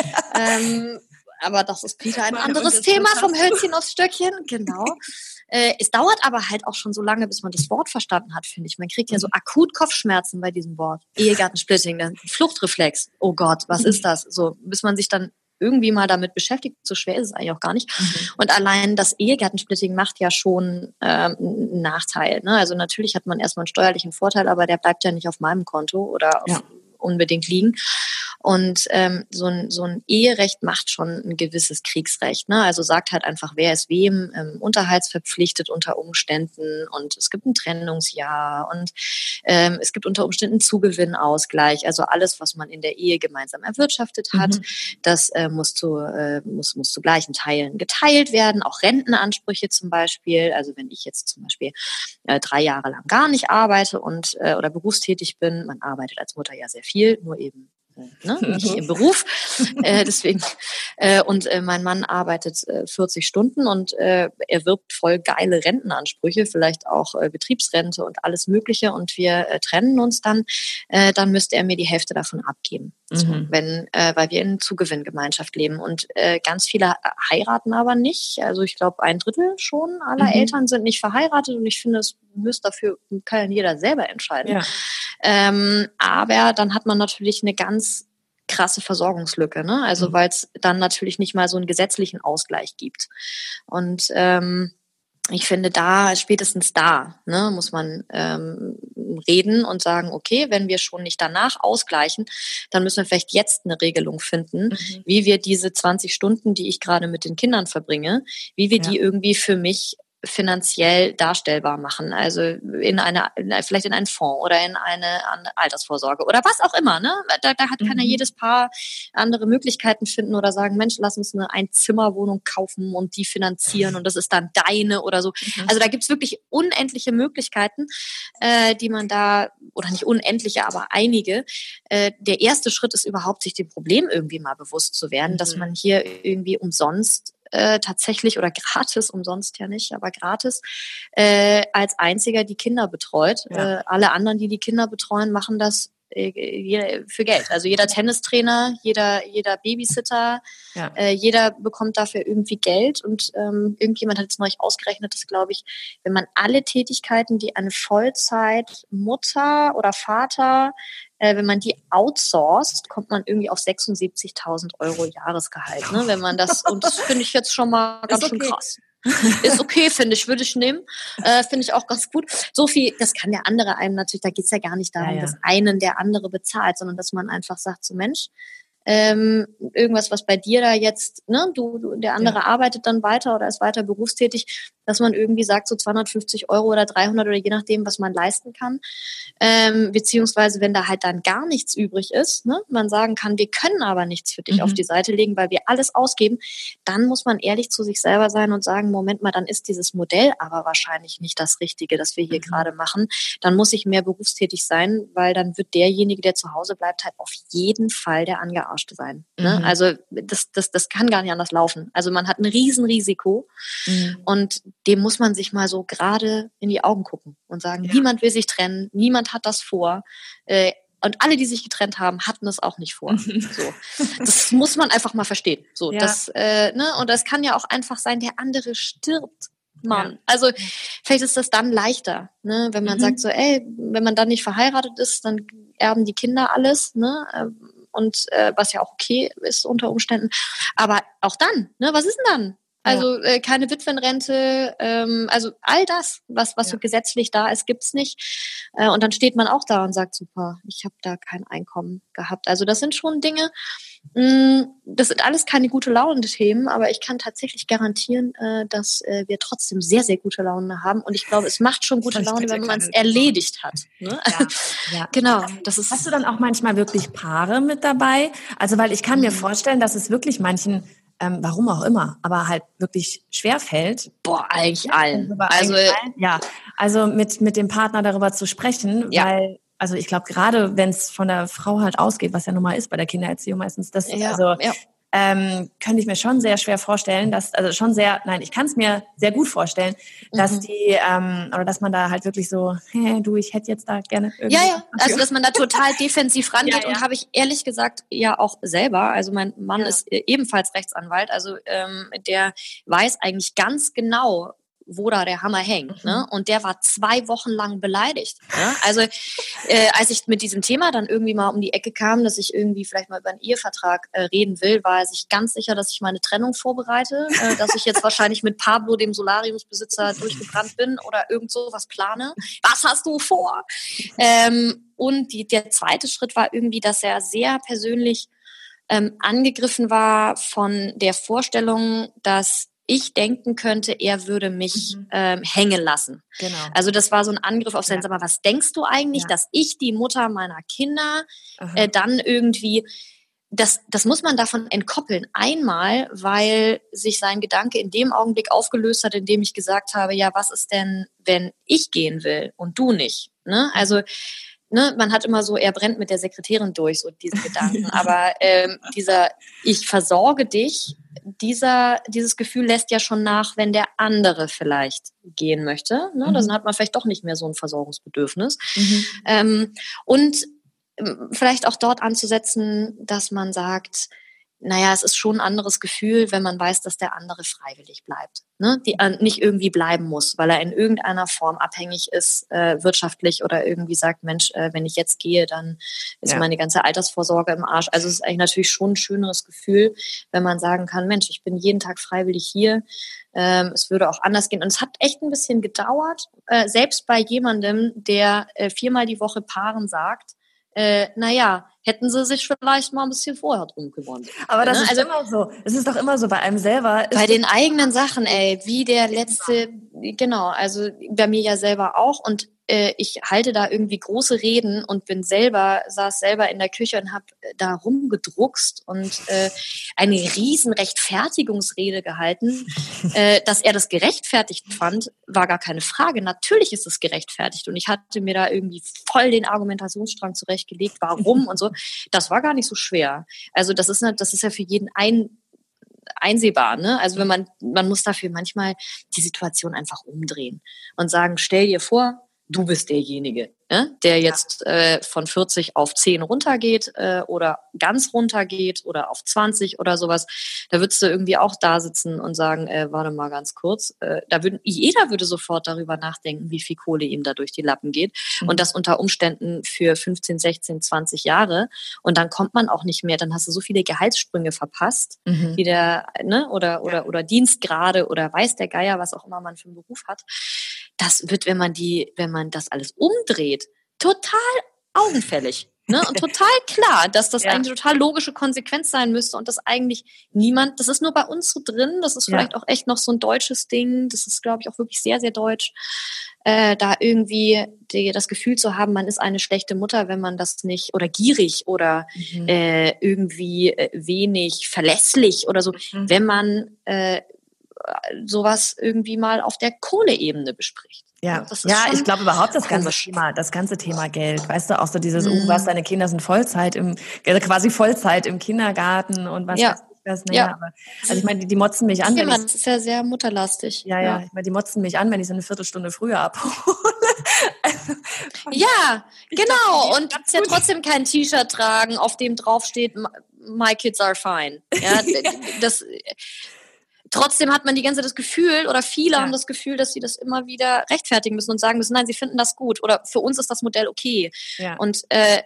Speaker 3: ähm, aber das ist wieder ein anderes Thema vom Hölzchen aufs Stöckchen. Genau. Äh, es dauert aber halt auch schon so lange, bis man das Wort verstanden hat, finde ich. Man kriegt ja so akut Kopfschmerzen bei diesem Wort. Ehegattensplitting, dann Fluchtreflex. Oh Gott, was ist das? So, bis man sich dann irgendwie mal damit beschäftigt, so schwer ist es eigentlich auch gar nicht. Mhm. Und allein das Ehegattensplitting macht ja schon ähm, einen Nachteil. Ne? Also natürlich hat man erstmal einen steuerlichen Vorteil, aber der bleibt ja nicht auf meinem Konto oder auf, ja. unbedingt liegen. Und ähm, so ein so ein Eherecht macht schon ein gewisses Kriegsrecht, ne? Also sagt halt einfach, wer ist wem ähm, unterhaltsverpflichtet unter Umständen und es gibt ein Trennungsjahr und ähm, es gibt unter Umständen Zugewinnausgleich, also alles, was man in der Ehe gemeinsam erwirtschaftet hat, mhm. das äh, muss zu äh, muss muss zu gleichen Teilen geteilt werden, auch Rentenansprüche zum Beispiel. Also wenn ich jetzt zum Beispiel äh, drei Jahre lang gar nicht arbeite und äh, oder berufstätig bin, man arbeitet als Mutter ja sehr viel, nur eben Ne, nicht im Beruf, äh, deswegen äh, und äh, mein Mann arbeitet äh, vierzig Stunden und äh, erwirbt voll geile Rentenansprüche, vielleicht auch äh, Betriebsrente und alles Mögliche und wir äh, trennen uns dann, äh, dann müsste er mir die Hälfte davon abgeben, mhm. so, wenn äh, weil wir in Zugewinngemeinschaft leben und äh, ganz viele heiraten aber nicht, also ich glaube ein Drittel schon aller mhm. Eltern sind nicht verheiratet und ich finde, es müsste dafür kann ja jeder selber entscheiden. Ja. Ähm, aber dann hat man natürlich eine ganz krasse Versorgungslücke, ne? Also mhm. weil es dann natürlich nicht mal so einen gesetzlichen Ausgleich gibt. Und ähm, ich finde da, spätestens da, ne, muss man ähm, reden und sagen, okay, wenn wir schon nicht danach ausgleichen, dann müssen wir vielleicht jetzt eine Regelung finden, mhm. wie wir diese zwanzig Stunden, die ich gerade mit den Kindern verbringe, wie wir ja. die irgendwie für mich finanziell darstellbar machen, also in eine, vielleicht in einen Fonds oder in eine, eine Altersvorsorge oder was auch immer, ne? Da, da hat, kann ja jedes Paar andere Möglichkeiten finden oder sagen, Mensch, lass uns eine Einzimmerwohnung kaufen und die finanzieren und das ist dann deine oder so. Also da gibt's wirklich unendliche Möglichkeiten, äh, die man da, oder nicht unendliche, aber einige. Äh, der erste Schritt ist überhaupt, sich dem Problem irgendwie mal bewusst zu werden, mhm. dass man hier irgendwie umsonst Äh, tatsächlich oder gratis, umsonst ja nicht, aber gratis, äh, als einziger die Kinder betreut. Ja. Äh, alle anderen, die die Kinder betreuen, machen das äh, für Geld. Also jeder Tennistrainer, jeder, jeder Babysitter, ja. äh, jeder bekommt dafür irgendwie Geld und ähm, irgendjemand hat jetzt neulich ausgerechnet, dass, glaube ich, wenn man alle Tätigkeiten, die eine Vollzeitmutter oder Vater Äh, wenn man die outsourced, kommt man irgendwie auf sechsundsiebzigtausend Euro Jahresgehalt. Ne? Wenn man das, und das finde ich jetzt schon mal ganz okay. schön krass. Ist okay, finde ich, würde ich nehmen. Äh, finde ich auch ganz gut. So viel, das kann der andere einem natürlich, da geht's ja gar nicht darum, ja, ja. dass einen der andere bezahlt, sondern dass man einfach sagt, so Mensch, ähm, irgendwas, was bei dir da jetzt, ne, du, du der andere ja. arbeitet dann weiter oder ist weiter berufstätig, dass man irgendwie sagt, so zweihundertfünfzig Euro oder dreihundert oder je nachdem, was man leisten kann. Ähm, beziehungsweise, wenn da halt dann gar nichts übrig ist, ne, man sagen kann, wir können aber nichts für dich mhm. auf die Seite legen, weil wir alles ausgeben, dann muss man ehrlich zu sich selber sein und sagen, Moment mal, dann ist dieses Modell aber wahrscheinlich nicht das Richtige, das wir hier mhm. gerade machen. Dann muss ich mehr berufstätig sein, weil dann wird derjenige, der zu Hause bleibt, halt auf jeden Fall der Angearschte sein. Ne? Mhm. Also das, das, das kann gar nicht anders laufen. Also man hat ein Riesenrisiko mhm. und dem muss man sich mal so gerade in die Augen gucken und sagen, ja. niemand will sich trennen, niemand hat das vor. Äh, und alle, die sich getrennt haben, hatten es auch nicht vor. So. Das muss man einfach mal verstehen. So, ja. das, äh, ne? Und das kann ja auch einfach sein, der andere stirbt. Mann. Ja. Also vielleicht ist das dann leichter, ne? Wenn man mhm. sagt so, ey, wenn man dann nicht verheiratet ist, dann erben die Kinder alles, ne? Und äh, was ja auch okay ist unter Umständen. Aber auch dann, ne? Was ist denn dann? Also äh, keine Witwenrente, ähm, also all das, was was ja. so gesetzlich da ist, gibt's nicht. Äh, und dann steht man auch da und sagt, super, ich habe da kein Einkommen gehabt. Also das sind schon Dinge, mh, das sind alles keine gute Laune-Themen, aber ich kann tatsächlich garantieren, äh, dass äh, wir trotzdem sehr, sehr gute Laune haben. Und ich glaube, es macht schon gute Laune, wenn man es erledigt hat. Ne?
Speaker 2: Ja, ja. Genau. Das ist. Hast du dann auch manchmal wirklich Paare mit dabei? Also weil ich kann mhm. mir vorstellen, dass es wirklich manchen Ähm, warum auch immer, aber halt wirklich schwer fällt.
Speaker 3: Boah, eigentlich allen. Also
Speaker 2: allen, ja, also mit mit dem Partner darüber zu sprechen, ja. weil also ich glaube gerade, wenn es von der Frau halt ausgeht, was ja nun mal ist bei der Kindererziehung meistens, das
Speaker 3: ja,
Speaker 2: also
Speaker 3: ja.
Speaker 2: ähm, könnte ich mir schon sehr schwer vorstellen, dass also schon sehr, nein, ich kann es mir sehr gut vorstellen, dass mhm. die ähm, oder dass man da halt wirklich so, hey, du, ich hätte jetzt da gerne irgendwie.
Speaker 3: Ja, ja, also dass man da total defensiv rangeht ja, ja. und habe ich ehrlich gesagt ja auch selber. Also mein Mann ja. ist ebenfalls Rechtsanwalt, also ähm, der weiß eigentlich ganz genau, wo da der Hammer hängt. Mhm. Ne? Und der war zwei Wochen lang beleidigt. Ne? Also äh, als ich mit diesem Thema dann irgendwie mal um die Ecke kam, dass ich irgendwie vielleicht mal über einen Ehevertrag äh, reden will, war er sich ganz sicher, dass ich meine Trennung vorbereite, äh, dass ich jetzt wahrscheinlich mit Pablo, dem Solariumsbesitzer, durchgebrannt bin oder irgend so was plane. Was hast du vor? Ähm, und die, der zweite Schritt war irgendwie, dass er sehr persönlich ähm, angegriffen war von der Vorstellung, dass ich denken könnte, er würde mich mhm. ähm, hängen lassen.
Speaker 2: Genau.
Speaker 3: Also das war so ein Angriff auf sein, ja. sag mal, was denkst du eigentlich, ja. dass ich, die Mutter meiner Kinder, äh, dann irgendwie, das, das muss man davon entkoppeln. Einmal, weil sich sein Gedanke in dem Augenblick aufgelöst hat, in dem ich gesagt habe, ja, was ist denn, wenn ich gehen will und du nicht? Ne? Also Ne, man hat immer so, er brennt mit der Sekretärin durch, so diesen Gedanken. Aber ähm, dieser ich versorge dich, dieser dieses Gefühl lässt ja schon nach, wenn der andere vielleicht gehen möchte. Ne? Mhm. Dann hat man vielleicht doch nicht mehr so ein Versorgungsbedürfnis. Mhm. Ähm, und ähm, vielleicht auch dort anzusetzen, dass man sagt, naja, es ist schon ein anderes Gefühl, wenn man weiß, dass der andere freiwillig bleibt. Ne? Die äh, nicht irgendwie bleiben muss, weil er in irgendeiner Form abhängig ist, äh, wirtschaftlich oder irgendwie sagt, Mensch, äh, wenn ich jetzt gehe, dann ist ja. meine ganze Altersvorsorge im Arsch. Also es ist eigentlich natürlich schon ein schöneres Gefühl, wenn man sagen kann, Mensch, ich bin jeden Tag freiwillig hier. Ähm, es würde auch anders gehen. Und es hat echt ein bisschen gedauert, äh, selbst bei jemandem, der äh, viermal die Woche Paaren sagt, äh, naja, hätten sie sich vielleicht mal ein bisschen vorher drum kümmern.
Speaker 2: Aber das
Speaker 3: ne?
Speaker 2: ist
Speaker 3: also,
Speaker 2: immer so. Es ist doch immer so bei einem selber.
Speaker 3: Bei den eigenen Sachen, ey, wie der letzte, genau, also bei mir ja selber auch. Und äh, ich halte da irgendwie große Reden und bin selber, saß selber in der Küche und habe da rumgedruckst und äh, eine riesen Rechtfertigungsrede gehalten. äh, dass er das gerechtfertigt fand, war gar keine Frage. Natürlich ist es gerechtfertigt. Und ich hatte mir da irgendwie voll den Argumentationsstrang zurechtgelegt, warum und so. Das war gar nicht so schwer. Also das ist, eine, das ist ja für jeden ein einsehbar, ne? Also wenn man, man muss dafür manchmal die Situation einfach umdrehen und sagen, stell dir vor, du bist derjenige, ne? der jetzt ja. äh, von vierzig auf zehn runtergeht äh, oder ganz runtergeht oder auf zwanzig oder sowas. Da würdest du irgendwie auch da sitzen und sagen, äh, warte mal ganz kurz. Äh, da würden, jeder würde sofort darüber nachdenken, wie viel Kohle ihm da durch die Lappen geht. Mhm. Und das unter Umständen für fünfzehn, sechzehn, zwanzig Jahre. Und dann kommt man auch nicht mehr. Dann hast du so viele Gehaltssprünge verpasst, mhm. wie der, ne, oder, oder, ja. oder Dienstgrade oder weiß der Geier, was auch immer man für einen Beruf hat. Das wird, wenn man die, wenn man das alles umdreht, total augenfällig. Ne? Und total klar, dass das ja. eigentlich eine total logische Konsequenz sein müsste und dass eigentlich niemand, das ist nur bei uns so drin, das ist vielleicht ja. auch echt noch so ein deutsches Ding, das ist, glaube ich, auch wirklich sehr, sehr deutsch, äh, da irgendwie die, das Gefühl zu haben, man ist eine schlechte Mutter, wenn man das nicht, oder gierig oder mhm. äh, irgendwie äh, wenig verlässlich oder so, mhm. wenn man äh, sowas irgendwie mal auf der Kohleebene bespricht.
Speaker 2: Ja, das ist ja ich glaube überhaupt das ganze Thema, das ganze Thema Geld, weißt du, auch so dieses, mm. oh, was, deine Kinder sind Vollzeit im, also quasi Vollzeit im Kindergarten und was
Speaker 3: ja.
Speaker 2: weiß ich was, naja, ja. aber, also ich meine, die, die motzen mich an.
Speaker 3: Ja,
Speaker 2: wenn
Speaker 3: man,
Speaker 2: ich,
Speaker 3: das ist ja sehr mutterlastig.
Speaker 2: Ja, ja, ja, ich meine, die motzen mich an, wenn ich so eine Viertelstunde früher abhole.
Speaker 3: also, ja, genau, und ja trotzdem kein T-Shirt tragen, auf dem draufsteht, my kids are fine. Ja, das... Trotzdem hat man die ganze Zeit das Gefühl, oder viele ja. haben das Gefühl, dass sie das immer wieder rechtfertigen müssen und sagen müssen, nein, sie finden das gut oder für uns ist das Modell okay. Ja. Und äh,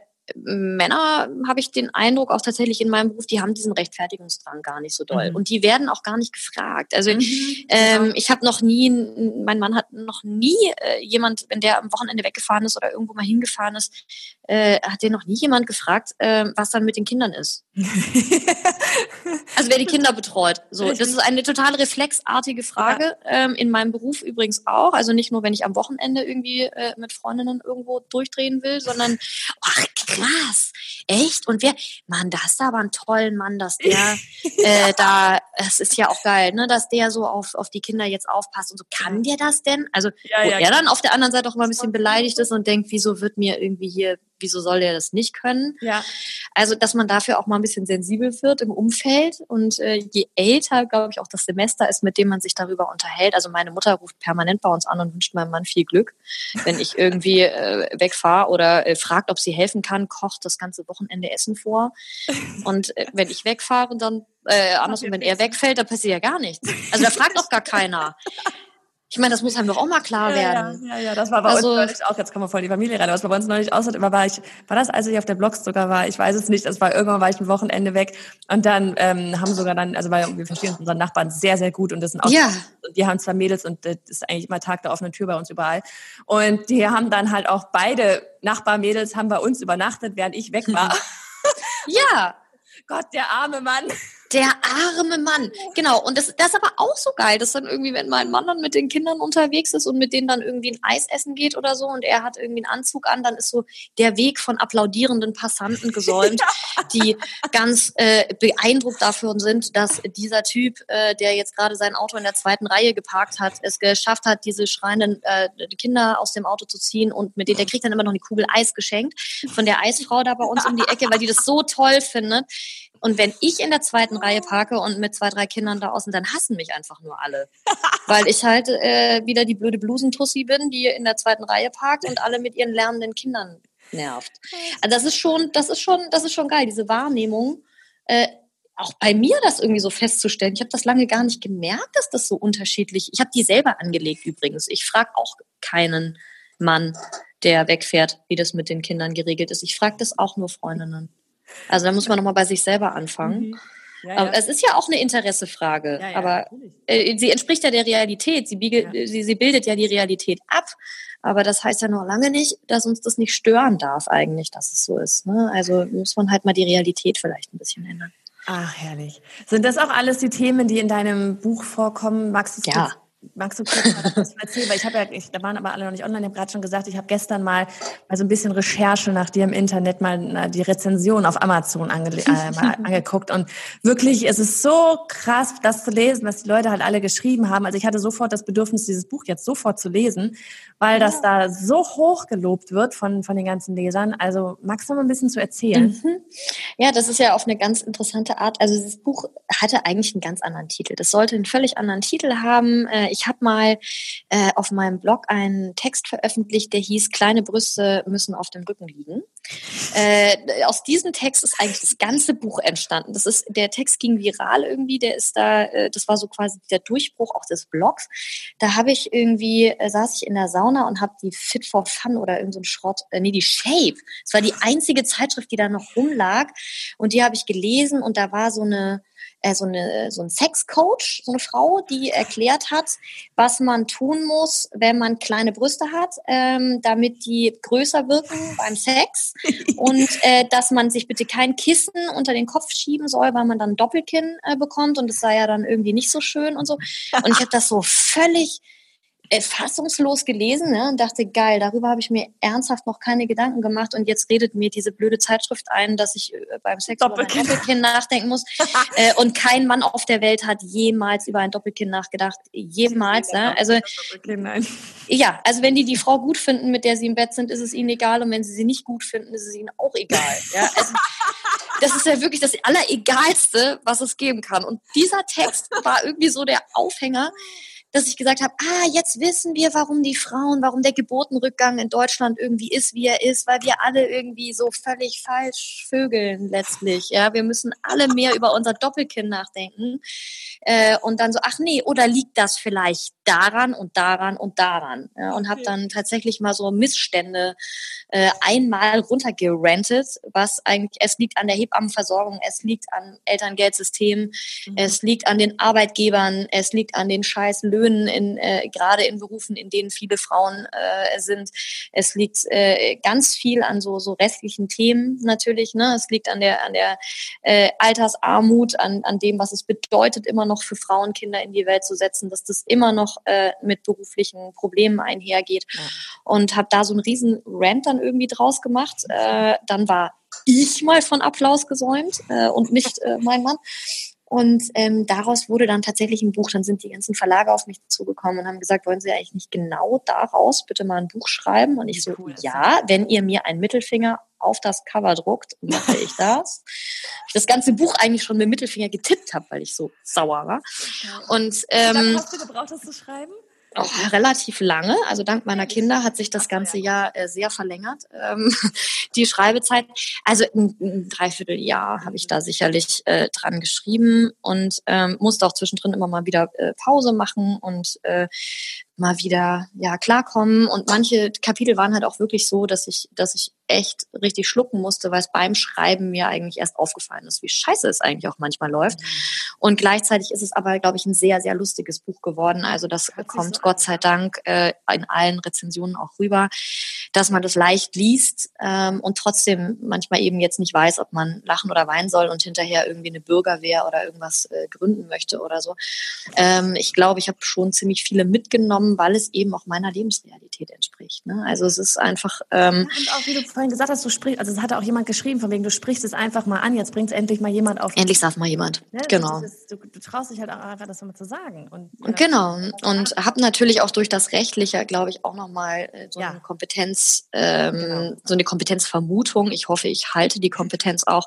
Speaker 3: Männer, habe ich den Eindruck, auch tatsächlich in meinem Beruf, die haben diesen Rechtfertigungsdrang gar nicht so doll. Mhm. Und die werden auch gar nicht gefragt. Also mhm, ähm, genau. ich habe noch nie, mein Mann hat noch nie äh, jemand, wenn der am Wochenende weggefahren ist oder irgendwo mal hingefahren ist, äh, hat den noch nie jemand gefragt, äh, was dann mit den Kindern ist. Also wer die Kinder betreut. So, das ist eine total reflexartige Frage, ja. ähm, in meinem Beruf übrigens auch. Also nicht nur, wenn ich am Wochenende irgendwie äh, mit Freundinnen irgendwo durchdrehen will, sondern ach krass, echt? Und wer, Mann, da hast du aber einen tollen Mann, dass der äh, da, es ist ja auch geil, ne, dass der so auf, auf die Kinder jetzt aufpasst und so. Kann der das denn? Also ja, wo ja, er dann auf der anderen Seite auch immer ein bisschen beleidigt ist und denkt, wieso wird mir irgendwie hier, wieso soll der das nicht können? Ja. Also, dass man dafür auch mal ein bisschen sensibel wird im Umfeld und äh, je älter, glaube ich, auch das Semester ist, mit dem man sich darüber unterhält. Also meine Mutter ruft permanent bei uns an und wünscht meinem Mann viel Glück, wenn ich irgendwie äh, wegfahre oder äh, fragt, ob sie helfen kann, kocht das ganze Wochenende Essen vor. Und äh, wenn ich wegfahre, dann äh, andersrum, wenn er wegfällt, dann passiert ja gar nichts. Also da fragt doch gar keiner. Ich meine, das muss einem doch auch mal klar werden.
Speaker 2: Ja, ja, ja, das war bei also, uns neulich auch, jetzt kommen wir voll in die Familie rein, was bei uns neulich aussah, war ich, war das, als ich auf der Blogs sogar war, ich weiß es nicht, das war irgendwann war ich ein Wochenende weg und dann ähm, haben sogar dann, also weil wir verstehen uns unseren Nachbarn sehr, sehr gut und das sind auch, ja. die haben zwei Mädels und das ist eigentlich immer Tag der offenen Tür bei uns überall und die haben dann halt auch beide Nachbarmädels haben bei uns übernachtet, während ich weg war.
Speaker 3: Ja.
Speaker 2: Gott, der arme Mann.
Speaker 3: Der arme Mann, genau. Und das, das ist aber auch so geil, dass dann irgendwie, wenn mein Mann dann mit den Kindern unterwegs ist und mit denen dann irgendwie ein Eis essen geht oder so und er hat irgendwie einen Anzug an, dann ist so der Weg von applaudierenden Passanten gesäumt, ja. die ganz äh, beeindruckt davon sind, dass dieser Typ, äh, der jetzt gerade sein Auto in der zweiten Reihe geparkt hat, es geschafft hat, diese schreienden äh, Kinder aus dem Auto zu ziehen und mit denen, der kriegt dann immer noch eine Kugel Eis geschenkt von der Eisfrau da bei uns um die Ecke, weil die das so toll findet. Und wenn ich in der zweiten Reihe parke und mit zwei, drei Kindern da außen, dann hassen mich einfach nur alle. Weil ich halt äh, wieder die blöde Blusentussi bin, die in der zweiten Reihe parkt und alle mit ihren lernenden Kindern nervt. Also das ist schon, das ist schon, das ist schon geil, diese Wahrnehmung. Äh, auch bei mir das irgendwie so festzustellen. Ich habe das lange gar nicht gemerkt, dass das so unterschiedlich. Ich habe die selber angelegt übrigens. Ich frage auch keinen Mann, der wegfährt, wie das mit den Kindern geregelt ist. Ich frage das auch nur Freundinnen. Also da muss man nochmal bei sich selber anfangen.
Speaker 2: Mhm. Ja, ja.
Speaker 3: Aber es ist ja auch eine Interessefrage, ja, ja, aber äh, sie entspricht ja der Realität. Sie, biegelt, ja. sie, sie bildet ja die Realität ab. Aber das heißt ja noch lange nicht, dass uns das nicht stören darf eigentlich, dass es so ist. Ne? Also muss man halt mal die Realität vielleicht ein bisschen ändern.
Speaker 2: Ach, herrlich. Sind das auch alles die Themen, die in deinem Buch vorkommen? Magst du es
Speaker 3: ja.
Speaker 2: kurz, magst du kurz mal das erzählen? Weil ich habe ja, ich, da waren aber alle noch nicht online. Ich habe gerade schon gesagt, ich habe gestern mal, mal so ein bisschen Recherche nach dir im Internet mal na, die Rezension auf Amazon ange, äh, mal angeguckt. Und wirklich, es ist so krass, das zu lesen, was die Leute halt alle geschrieben haben. Also ich hatte sofort das Bedürfnis, dieses Buch jetzt sofort zu lesen, weil das da so hoch gelobt wird von, von den ganzen Lesern. Also magst du mal ein bisschen zu erzählen?
Speaker 3: Mhm. Ja, das ist ja auf eine ganz interessante Art. Also dieses Buch hatte eigentlich einen ganz anderen Titel. Das sollte einen völlig anderen Titel haben. Ich habe mal äh, auf meinem Blog einen Text veröffentlicht, der hieß "Kleine Brüste müssen auf dem Rücken liegen". Äh, aus diesem Text ist eigentlich das ganze Buch entstanden. Das ist, der Text ging viral irgendwie, der ist da, äh, das war so quasi der Durchbruch auch des Blogs. Da habe ich irgendwie, äh, saß ich in der Sauna und habe die Fit for Fun oder irgend so ein Schrott, äh, nee, die Shape. Es war die einzige Zeitschrift, die da noch rumlag und die habe ich gelesen und da war so eine äh, so eine so ein Sexcoach, so eine Frau, die erklärt hat, was man tun muss, wenn man kleine Brüste hat, ähm, damit die größer wirken beim Sex und äh, dass man sich bitte kein Kissen unter den Kopf schieben soll, weil man dann Doppelkinn äh, bekommt und das sei ja dann irgendwie nicht so schön und so. Und ich habe das so völlig äh, fassungslos gelesen, ne, und dachte, geil, darüber habe ich mir ernsthaft noch keine Gedanken gemacht und jetzt redet mir diese blöde Zeitschrift ein, dass ich äh, beim Sex
Speaker 2: Doppelkinn.
Speaker 3: über ein Doppelkinn nachdenken muss. äh, und kein Mann auf der Welt hat jemals über ein Doppelkinn nachgedacht. Jemals. Ne? Also, ja, also wenn die die Frau gut finden, mit der sie im Bett sind, ist es ihnen egal und wenn sie sie nicht gut finden, ist es ihnen auch egal. Ja? Also, das ist ja wirklich das Alleregalste, was es geben kann. Und dieser Text war irgendwie so der Aufhänger, dass ich gesagt habe, ah, jetzt wissen wir, warum die Frauen, warum der Geburtenrückgang in Deutschland irgendwie ist, wie er ist, weil wir alle irgendwie so völlig falsch vögeln letztlich. Ja, wir müssen alle mehr über unser Doppelkinn nachdenken. Äh, und dann so, ach nee, oder liegt das vielleicht daran und daran und daran? Ja, und habe dann tatsächlich mal so Missstände äh, einmal runtergerantet, was eigentlich, es liegt an der Hebammenversorgung, es liegt an Elterngeldsystemen, mhm. es liegt an den Arbeitgebern, es liegt an den scheiß Löhnen, in, äh, gerade in Berufen, in denen viele Frauen äh, sind. Es liegt äh, ganz viel an so, so restlichen Themen natürlich. Ne? Es liegt an der, an der äh, Altersarmut, an, an dem, was es bedeutet, immer noch für Frauen Kinder in die Welt zu setzen, dass das immer noch äh, mit beruflichen Problemen einhergeht. Ja. Und habe da so einen riesen Rant dann irgendwie draus gemacht. Äh, dann war ich mal von Applaus gesäumt äh, und nicht äh, mein Mann. Und ähm, daraus wurde dann tatsächlich ein Buch. Dann sind die ganzen Verlage auf mich zugekommen und haben gesagt, wollen Sie eigentlich nicht genau daraus bitte mal ein Buch schreiben? Und ich so, cool, ja, wenn ihr mir einen Mittelfinger auf das Cover druckt, mache ich das. Ich das ganze Buch eigentlich schon mit dem Mittelfinger getippt habe, weil ich so sauer war. Und ähm,
Speaker 2: wie lange hast du gebraucht, das zu schreiben?
Speaker 3: Oh, relativ lange. Also dank meiner Kinder hat sich das ganze Jahr äh, sehr verlängert, ähm, die Schreibezeit. Also ein, ein Dreivierteljahr habe ich da sicherlich äh, dran geschrieben und ähm, musste auch zwischendrin immer mal wieder äh, Pause machen und äh, mal wieder ja klarkommen. Und manche Kapitel waren halt auch wirklich so, dass ich, dass ich echt richtig schlucken musste, weil es beim Schreiben mir eigentlich erst aufgefallen ist, wie scheiße es eigentlich auch manchmal läuft. Und gleichzeitig ist es aber, glaube ich, ein sehr, sehr lustiges Buch geworden. Also das kommt so Gott sei Dank äh, in allen Rezensionen auch rüber, dass man das leicht liest ähm, und trotzdem manchmal eben jetzt nicht weiß, ob man lachen oder weinen soll und hinterher irgendwie eine Bürgerwehr oder irgendwas äh, gründen möchte oder so. Ähm, ich glaube, ich habe schon ziemlich viele mitgenommen, weil es eben auch meiner Lebensrealität entspricht. Ne? Also es ist einfach... Ähm,
Speaker 2: ja, und auch, wie du vorhin gesagt hast, du sprichst, also es hatte auch jemand geschrieben, von wegen, du sprichst es einfach mal an, jetzt bringt es endlich mal jemand auf.
Speaker 3: Endlich sagt mal jemand,
Speaker 2: ne?
Speaker 3: Genau.
Speaker 2: Das, du, du traust dich halt auch einfach, das mal zu sagen. Und,
Speaker 3: und genau, und habe natürlich auch durch das Rechtliche, glaube ich, auch nochmal äh, so ja. eine Kompetenz, ähm, genau. so eine Kompetenzvermutung. Ich hoffe, ich halte die Kompetenz auch,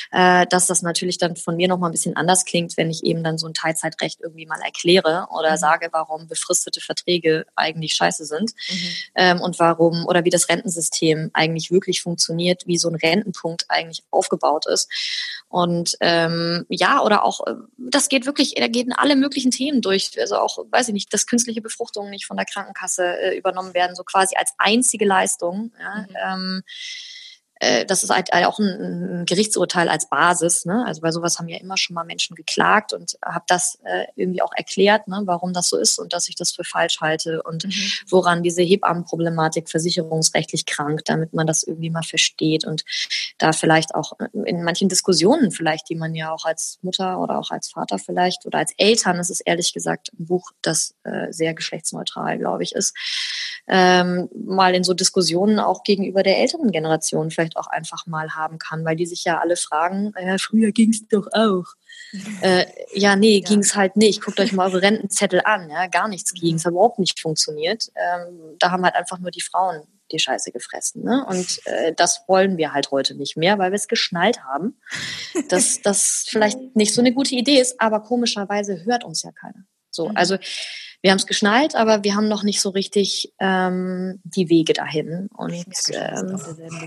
Speaker 3: äh, dass das natürlich dann von mir nochmal ein bisschen anders klingt, wenn ich eben dann so ein Teilzeitrecht irgendwie mal erkläre oder mhm. sage, warum befristete Verträge eigentlich scheiße sind mhm. ähm, und warum oder wie das Rentensystem eigentlich wirklich funktioniert, wie so ein Rentenpunkt eigentlich aufgebaut ist. Und ähm, ja, oder auch, das geht wirklich, da gehen alle möglichen Themen durch. Also auch, weiß ich nicht, dass künstliche Befruchtungen nicht von der Krankenkasse äh, übernommen werden, so quasi als einzige Leistung. Ja, mhm. ähm, äh, das ist halt auch ein, ein Gerichtsurteil als Basis. Ne? Also bei sowas haben ja immer schon mal Menschen geklagt und habe das äh, irgendwie auch erklärt, ne, warum das so ist und dass ich das für falsch halte und mhm. woran diese Hebammenproblematik versicherungsrechtlich krankt, damit man das irgendwie mal versteht und da vielleicht auch in manchen Diskussionen vielleicht, die man ja auch als Mutter oder auch als Vater vielleicht oder als Eltern, das ist ehrlich gesagt ein Buch, das äh, sehr geschlechtsneutral, glaube ich, ist, ähm, mal in so Diskussionen auch gegenüber der älteren Generation vielleicht auch einfach mal haben kann, weil die sich ja alle fragen, ja, früher ging's doch auch. Äh, ja, nee, ja. ging's halt nicht. Guckt euch mal eure Rentenzettel an. Ja, gar nichts ging. Es hat überhaupt nicht funktioniert. Ähm, da haben halt einfach nur die Frauen die Scheiße gefressen. Ne? Und äh, das wollen wir halt heute nicht mehr, weil wir es geschnallt haben, dass das vielleicht nicht so eine gute Idee ist, aber komischerweise hört uns ja keiner. So, mhm. also wir haben es geschnallt, aber wir haben noch nicht so richtig ähm, die Wege dahin. Und ähm,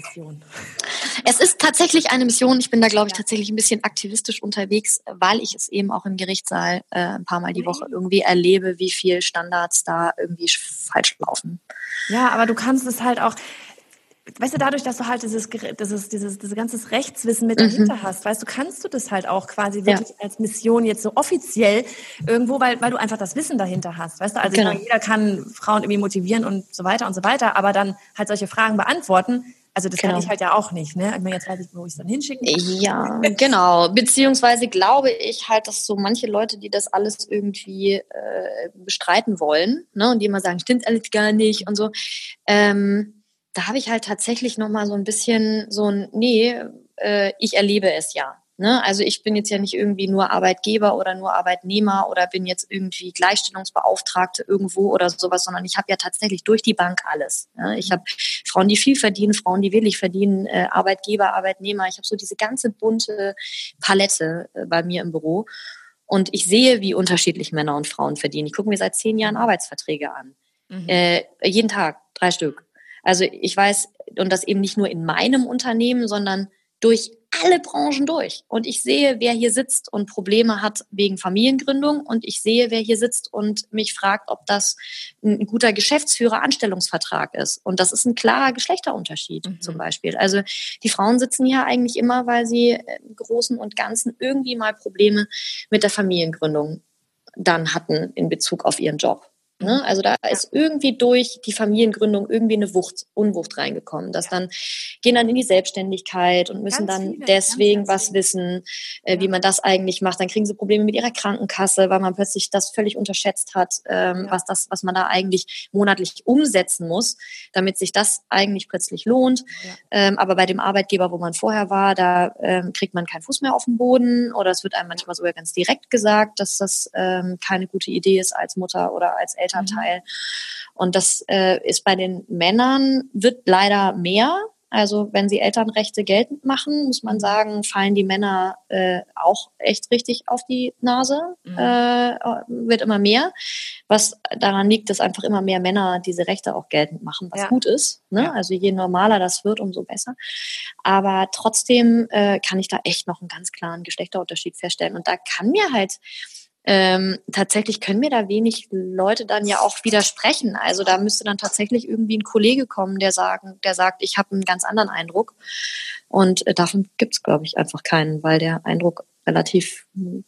Speaker 3: es ist tatsächlich eine Mission. Ich bin da, glaube ich, tatsächlich ein bisschen aktivistisch unterwegs, weil ich es eben auch im Gerichtssaal äh, ein paar Mal die Woche irgendwie erlebe, wie viel Standards da irgendwie falsch laufen.
Speaker 1: Ja, aber du kannst es halt auch, weißt du, dadurch, dass du halt dieses, dieses, dieses, dieses ganzes Rechtswissen mit dahinter mhm. hast, weißt du, kannst du das halt auch quasi wirklich ja. als Mission jetzt so offiziell irgendwo, weil, weil du einfach das Wissen dahinter hast, weißt du, also genau. ich meine, jeder kann Frauen irgendwie motivieren und so weiter und so weiter, aber dann halt solche Fragen beantworten, also das genau. kann ich halt ja auch nicht, ne? Ich meine, jetzt weiß ich, wo ich es dann hinschicken kann.
Speaker 3: Ja, genau. Beziehungsweise glaube ich halt, dass so manche Leute, die das alles irgendwie äh, bestreiten wollen, ne, und die immer sagen, stimmt alles gar nicht und so, ähm, da habe ich halt tatsächlich nochmal so ein bisschen so ein, nee, äh, ich erlebe es ja. Ne? Also ich bin jetzt ja nicht irgendwie nur Arbeitgeber oder nur Arbeitnehmer oder bin jetzt irgendwie Gleichstellungsbeauftragte irgendwo oder sowas, sondern ich habe ja tatsächlich durch die Bank alles. Ne? Ich habe Frauen, die viel verdienen, Frauen, die wenig verdienen, äh, Arbeitgeber, Arbeitnehmer. Ich habe so diese ganze bunte Palette äh, bei mir im Büro. Und ich sehe, wie unterschiedlich Männer und Frauen verdienen. Ich gucke mir seit zehn Jahren Arbeitsverträge an. Mhm. Äh, jeden Tag, drei Stück. Also ich weiß, und das eben nicht nur in meinem Unternehmen, sondern durch alle Branchen durch. Und ich sehe, wer hier sitzt und Probleme hat wegen Familiengründung. Und ich sehe, wer hier sitzt und mich fragt, ob das ein guter Geschäftsführer-Anstellungsvertrag ist. Und das ist ein klarer Geschlechterunterschied mhm. zum Beispiel. Also die Frauen sitzen hier eigentlich immer, weil sie im Großen und Ganzen irgendwie mal Probleme mit der Familiengründung dann hatten in Bezug auf ihren Job. Ne? Also da ist irgendwie durch die Familiengründung irgendwie eine Wucht, Unwucht reingekommen. Dass dann gehen dann in die Selbstständigkeit und müssen ganz dann viele, deswegen ganz, ganz was wissen, äh, ja. wie man das eigentlich macht. Dann kriegen sie Probleme mit ihrer Krankenkasse, weil man plötzlich das völlig unterschätzt hat, ähm, ja. was das, was man da eigentlich monatlich umsetzen muss, damit sich das eigentlich plötzlich lohnt. Ja. Ähm, aber bei dem Arbeitgeber, wo man vorher war, da ähm, kriegt man keinen Fuß mehr auf den Boden oder es wird einem manchmal sogar ganz direkt gesagt, dass das ähm, keine gute Idee ist als Mutter oder als Eltern. Elternteil. Und das äh, ist bei den Männern, wird leider mehr. Also wenn sie Elternrechte geltend machen, muss man sagen, fallen die Männer äh, auch echt richtig auf die Nase. Mhm. Äh, wird immer mehr. Was daran liegt, dass einfach immer mehr Männer diese Rechte auch geltend machen, was ja. gut ist. Ne? Ja. Also je normaler das wird, umso besser. Aber trotzdem äh, kann ich da echt noch einen ganz klaren Geschlechterunterschied feststellen. Und da kann mir halt Ähm, tatsächlich können mir da wenig Leute dann ja auch widersprechen. Also da müsste dann tatsächlich irgendwie ein Kollege kommen, der sagen, der sagt, ich habe einen ganz anderen Eindruck. Und äh, davon gibt es, glaube ich, einfach keinen, weil der Eindruck relativ,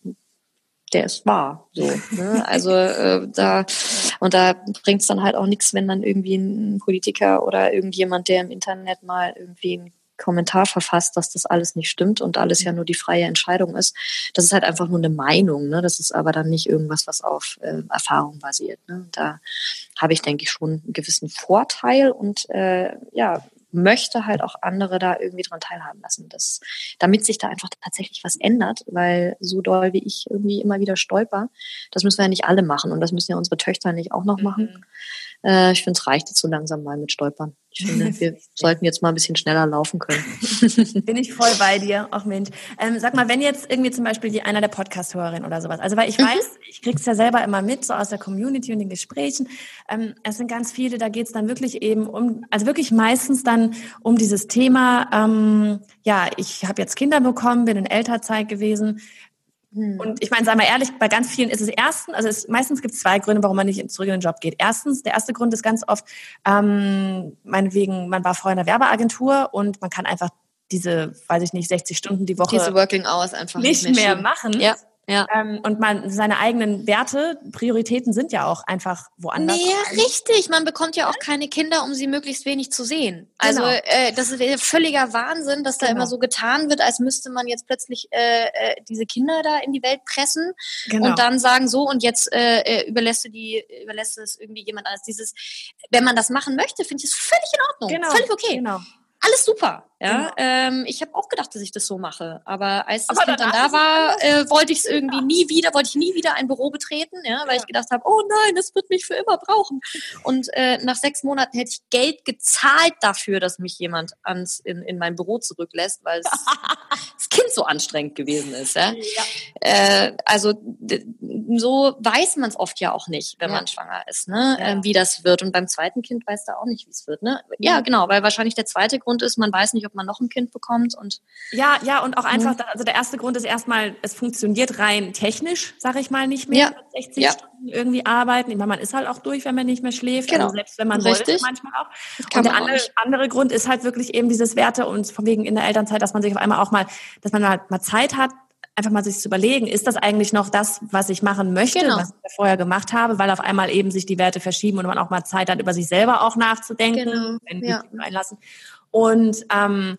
Speaker 3: der ist wahr. So, ne? Also äh, da und da bringt es dann halt auch nichts, wenn dann irgendwie ein Politiker oder irgendjemand, der im Internet mal irgendwie ein Kommentar verfasst, dass das alles nicht stimmt und alles ja nur die freie Entscheidung ist. Das ist halt einfach nur eine Meinung. Ne? Das ist aber dann nicht irgendwas, was auf äh, Erfahrung basiert. Ne? Da habe ich, denke ich, schon einen gewissen Vorteil und äh, ja, möchte halt auch andere da irgendwie dran teilhaben lassen, dass, damit sich da einfach tatsächlich was ändert, weil so doll wie ich irgendwie immer wieder stolper, das müssen wir ja nicht alle machen und das müssen ja unsere Töchter nicht auch noch machen. Mhm. Äh, ich finde, es reicht jetzt so langsam mal mit Stolpern. Ich finde, wir sollten jetzt mal ein bisschen schneller laufen können.
Speaker 2: Bin ich voll bei dir, auch Mensch. Ähm, sag mal, wenn jetzt irgendwie zum Beispiel die, einer der Podcast-Hörerin oder sowas, also weil ich weiß, mhm. ich krieg's ja selber immer mit, so aus der Community und den Gesprächen, ähm, es sind ganz viele, da geht's dann wirklich eben um, also wirklich meistens dann um dieses Thema, ähm, ja, ich habe jetzt Kinder bekommen, bin in Elternzeit gewesen. Und ich meine, sagen wir ehrlich, bei ganz vielen ist es erstens, also es, meistens gibt es zwei Gründe, warum man nicht zurück in den Job geht. Erstens, der erste Grund ist ganz oft, ähm, meinetwegen, man war vorher in einer Werbeagentur und man kann einfach diese, weiß ich nicht, sechzig Stunden die Woche
Speaker 3: diese Working Hours einfach
Speaker 2: nicht, nicht mehr, mehr machen.
Speaker 3: Ja. Ja.
Speaker 2: Ähm, und man seine eigenen Werte, Prioritäten sind ja auch einfach woanders.
Speaker 3: Nee, richtig. Man bekommt ja auch keine Kinder, um sie möglichst wenig zu sehen. Also genau. äh, das ist völliger Wahnsinn, dass da genau. immer so getan wird, als müsste man jetzt plötzlich äh, äh, diese Kinder da in die Welt pressen genau. und dann sagen so und jetzt äh, überlässt du die überlässt es irgendwie jemand anderes. Dieses, wenn man das machen möchte, finde ich es völlig in Ordnung, genau. völlig okay. Genau. Alles super, ja. Genau. Ähm, ich habe auch gedacht, dass ich das so mache, aber als das aber Kind dann da war, äh, wollte ich es irgendwie ja. nie wieder, wollte ich nie wieder ein Büro betreten, ja, weil ja. ich gedacht habe, oh nein, das wird mich für immer brauchen. Und äh, nach sechs Monaten hätte ich Geld gezahlt dafür, dass mich jemand ans in, in mein Büro zurücklässt, weil es, das Kind so anstrengend gewesen ist. Ja. ja. Äh, also d- so weiß man es oft ja auch nicht, wenn ja. man schwanger ist, ne, ja. äh, wie das wird. Und beim zweiten Kind weiß da auch nicht, wie es wird, ne? Ja, ja, genau, weil wahrscheinlich der zweite Grund ist, man weiß nicht, ob man noch ein Kind bekommt und
Speaker 2: ja, ja und auch einfach, mhm. also der erste Grund ist erstmal, es funktioniert rein technisch, sage ich mal, nicht mehr,
Speaker 3: ja.
Speaker 2: sechzig
Speaker 3: ja.
Speaker 2: Stunden irgendwie arbeiten. Ich meine, man ist halt auch durch, wenn man nicht mehr schläft,
Speaker 3: genau.
Speaker 2: also selbst wenn man
Speaker 3: Richtig.
Speaker 2: wollte, manchmal auch. Und der andere, andere Grund ist halt wirklich eben dieses Werte und von wegen in der Elternzeit, dass man sich auf einmal auch mal, dass man halt mal Zeit hat, einfach mal sich zu überlegen, ist das eigentlich noch das, was ich machen möchte,
Speaker 3: genau.
Speaker 2: was ich vorher gemacht habe, weil auf einmal eben sich die Werte verschieben und man auch mal Zeit hat, über sich selber auch nachzudenken,
Speaker 3: genau.
Speaker 2: wenn
Speaker 3: ja.
Speaker 2: die einlassen. Und ähm,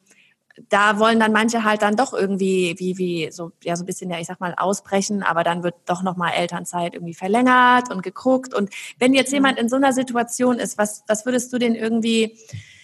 Speaker 2: da wollen dann manche halt dann doch irgendwie wie wie so ja so ein bisschen ja ich sag mal ausbrechen, aber dann wird doch noch mal Elternzeit irgendwie verlängert und geguckt. Und wenn jetzt jemand in so einer Situation ist, was was würdest du denn irgendwie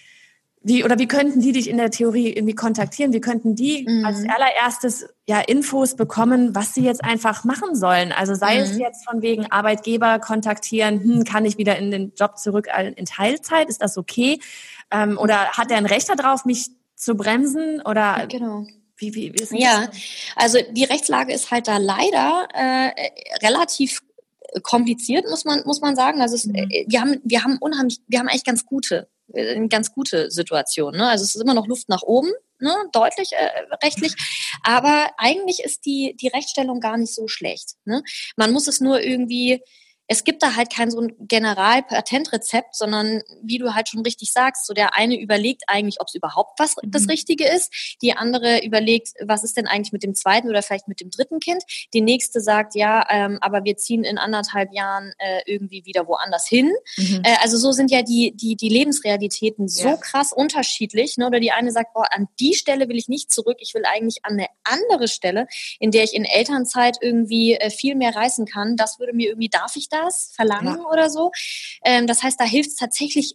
Speaker 2: wie oder wie könnten die dich in der Theorie irgendwie kontaktieren? Wie könnten die mhm. als allererstes ja Infos bekommen, was sie jetzt einfach machen sollen? Also sei mhm. es jetzt von wegen Arbeitgeber kontaktieren, hm, kann ich wieder in den Job zurück in Teilzeit? Ist das okay? Ähm, oder hat er ein Recht darauf, mich zu bremsen? Oder
Speaker 3: genau.
Speaker 2: wie, wie, wie ist das?
Speaker 3: Ja, also die Rechtslage ist halt da leider äh, relativ kompliziert, muss man muss man sagen. Also es, mhm. wir haben wir haben unheimlich, wir haben eigentlich ganz gute eine ganz gute Situation. Ne? Also es ist immer noch Luft nach oben, ne? Deutlich äh, rechtlich, aber eigentlich ist die die Rechtsstellung gar nicht so schlecht. Ne? Man muss es nur irgendwie Es gibt da halt kein so ein Generalpatentrezept, sondern wie du halt schon richtig sagst, so der eine überlegt eigentlich, ob es überhaupt was mhm. das Richtige ist. Die andere überlegt, was ist denn eigentlich mit dem zweiten oder vielleicht mit dem dritten Kind. Die nächste sagt, ja, ähm, aber wir ziehen in anderthalb Jahren äh, irgendwie wieder woanders hin. Mhm. Äh, also so sind ja die die die Lebensrealitäten so ja. krass unterschiedlich. Ne? Oder die eine sagt, boah, an die Stelle will ich nicht zurück. Ich will eigentlich an eine andere Stelle, in der ich in Elternzeit irgendwie äh, viel mehr reißen kann. Das würde mir irgendwie, darf ich da das verlangen ja. oder so. Ähm, das heißt, da hilft es tatsächlich,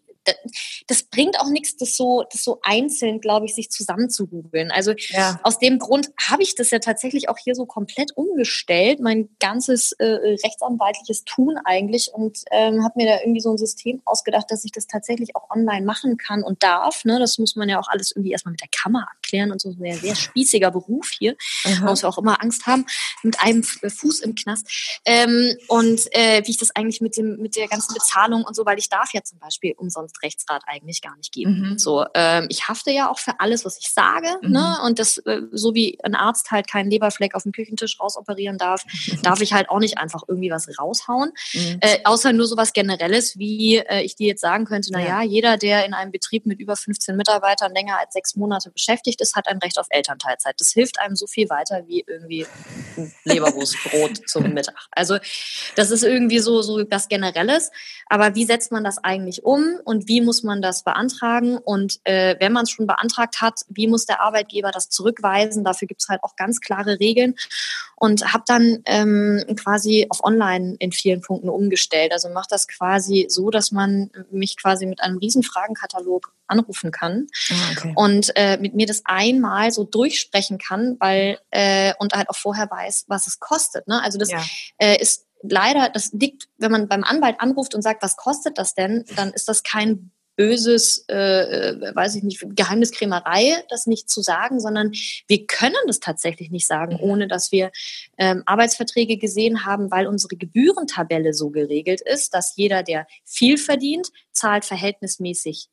Speaker 3: das bringt auch nichts, das so, das so einzeln, glaube ich, sich zusammenzugoogeln. Also ja. aus dem Grund habe ich das ja tatsächlich auch hier so komplett umgestellt, mein ganzes äh, rechtsanwaltliches Tun eigentlich und ähm, habe mir da irgendwie so ein System ausgedacht, dass ich das tatsächlich auch online machen kann und darf. Ne? Das muss man ja auch alles irgendwie erstmal mit der Kammer abklären und so. Das ist ein sehr spießiger Beruf hier. Mhm. Man muss ja auch immer Angst haben, mit einem Fuß im Knast. Ähm, und äh, wie ich das eigentlich mit dem mit der ganzen Bezahlung und so, weil ich darf ja zum Beispiel umsonst Rechtsrat eigentlich gar nicht geben. Mhm. So, ähm, ich hafte ja auch für alles, was ich sage, mhm. ne? Und das, äh, so wie ein Arzt halt keinen Leberfleck auf dem Küchentisch rausoperieren darf, darf ich halt auch nicht einfach irgendwie was raushauen. Mhm. Äh, außer nur sowas Generelles, wie äh, ich dir jetzt sagen könnte, na ja, jeder, der in einem Betrieb mit über fünfzehn Mitarbeitern länger als sechs Monate beschäftigt ist, hat ein Recht auf Elternteilzeit. Das hilft einem so viel weiter wie irgendwie ein Leberwurstbrot zum Mittag. Also das ist irgendwie so, so was Generelles. Aber wie setzt man das eigentlich um und wie muss man das beantragen? Und äh, wenn man es schon beantragt hat, wie muss der Arbeitgeber das zurückweisen? Dafür gibt es halt auch ganz klare Regeln. Und habe dann ähm, quasi auf Online in vielen Punkten umgestellt. Also mache das quasi so, dass man mich quasi mit einem riesen Fragenkatalog anrufen kann ah, okay. und äh, mit mir das einmal so durchsprechen kann, weil äh, und halt auch vorher weiß, was es kostet. Ne? Also das ja. äh, ist leider, das liegt, wenn man beim Anwalt anruft und sagt, was kostet das denn, dann ist das kein böses, äh, weiß ich nicht, Geheimniskrämerei, das nicht zu sagen, sondern wir können das tatsächlich nicht sagen, ohne dass wir ähm, Arbeitsverträge gesehen haben, weil unsere Gebührentabelle so geregelt ist, dass jeder, der viel verdient, zahlt verhältnismäßig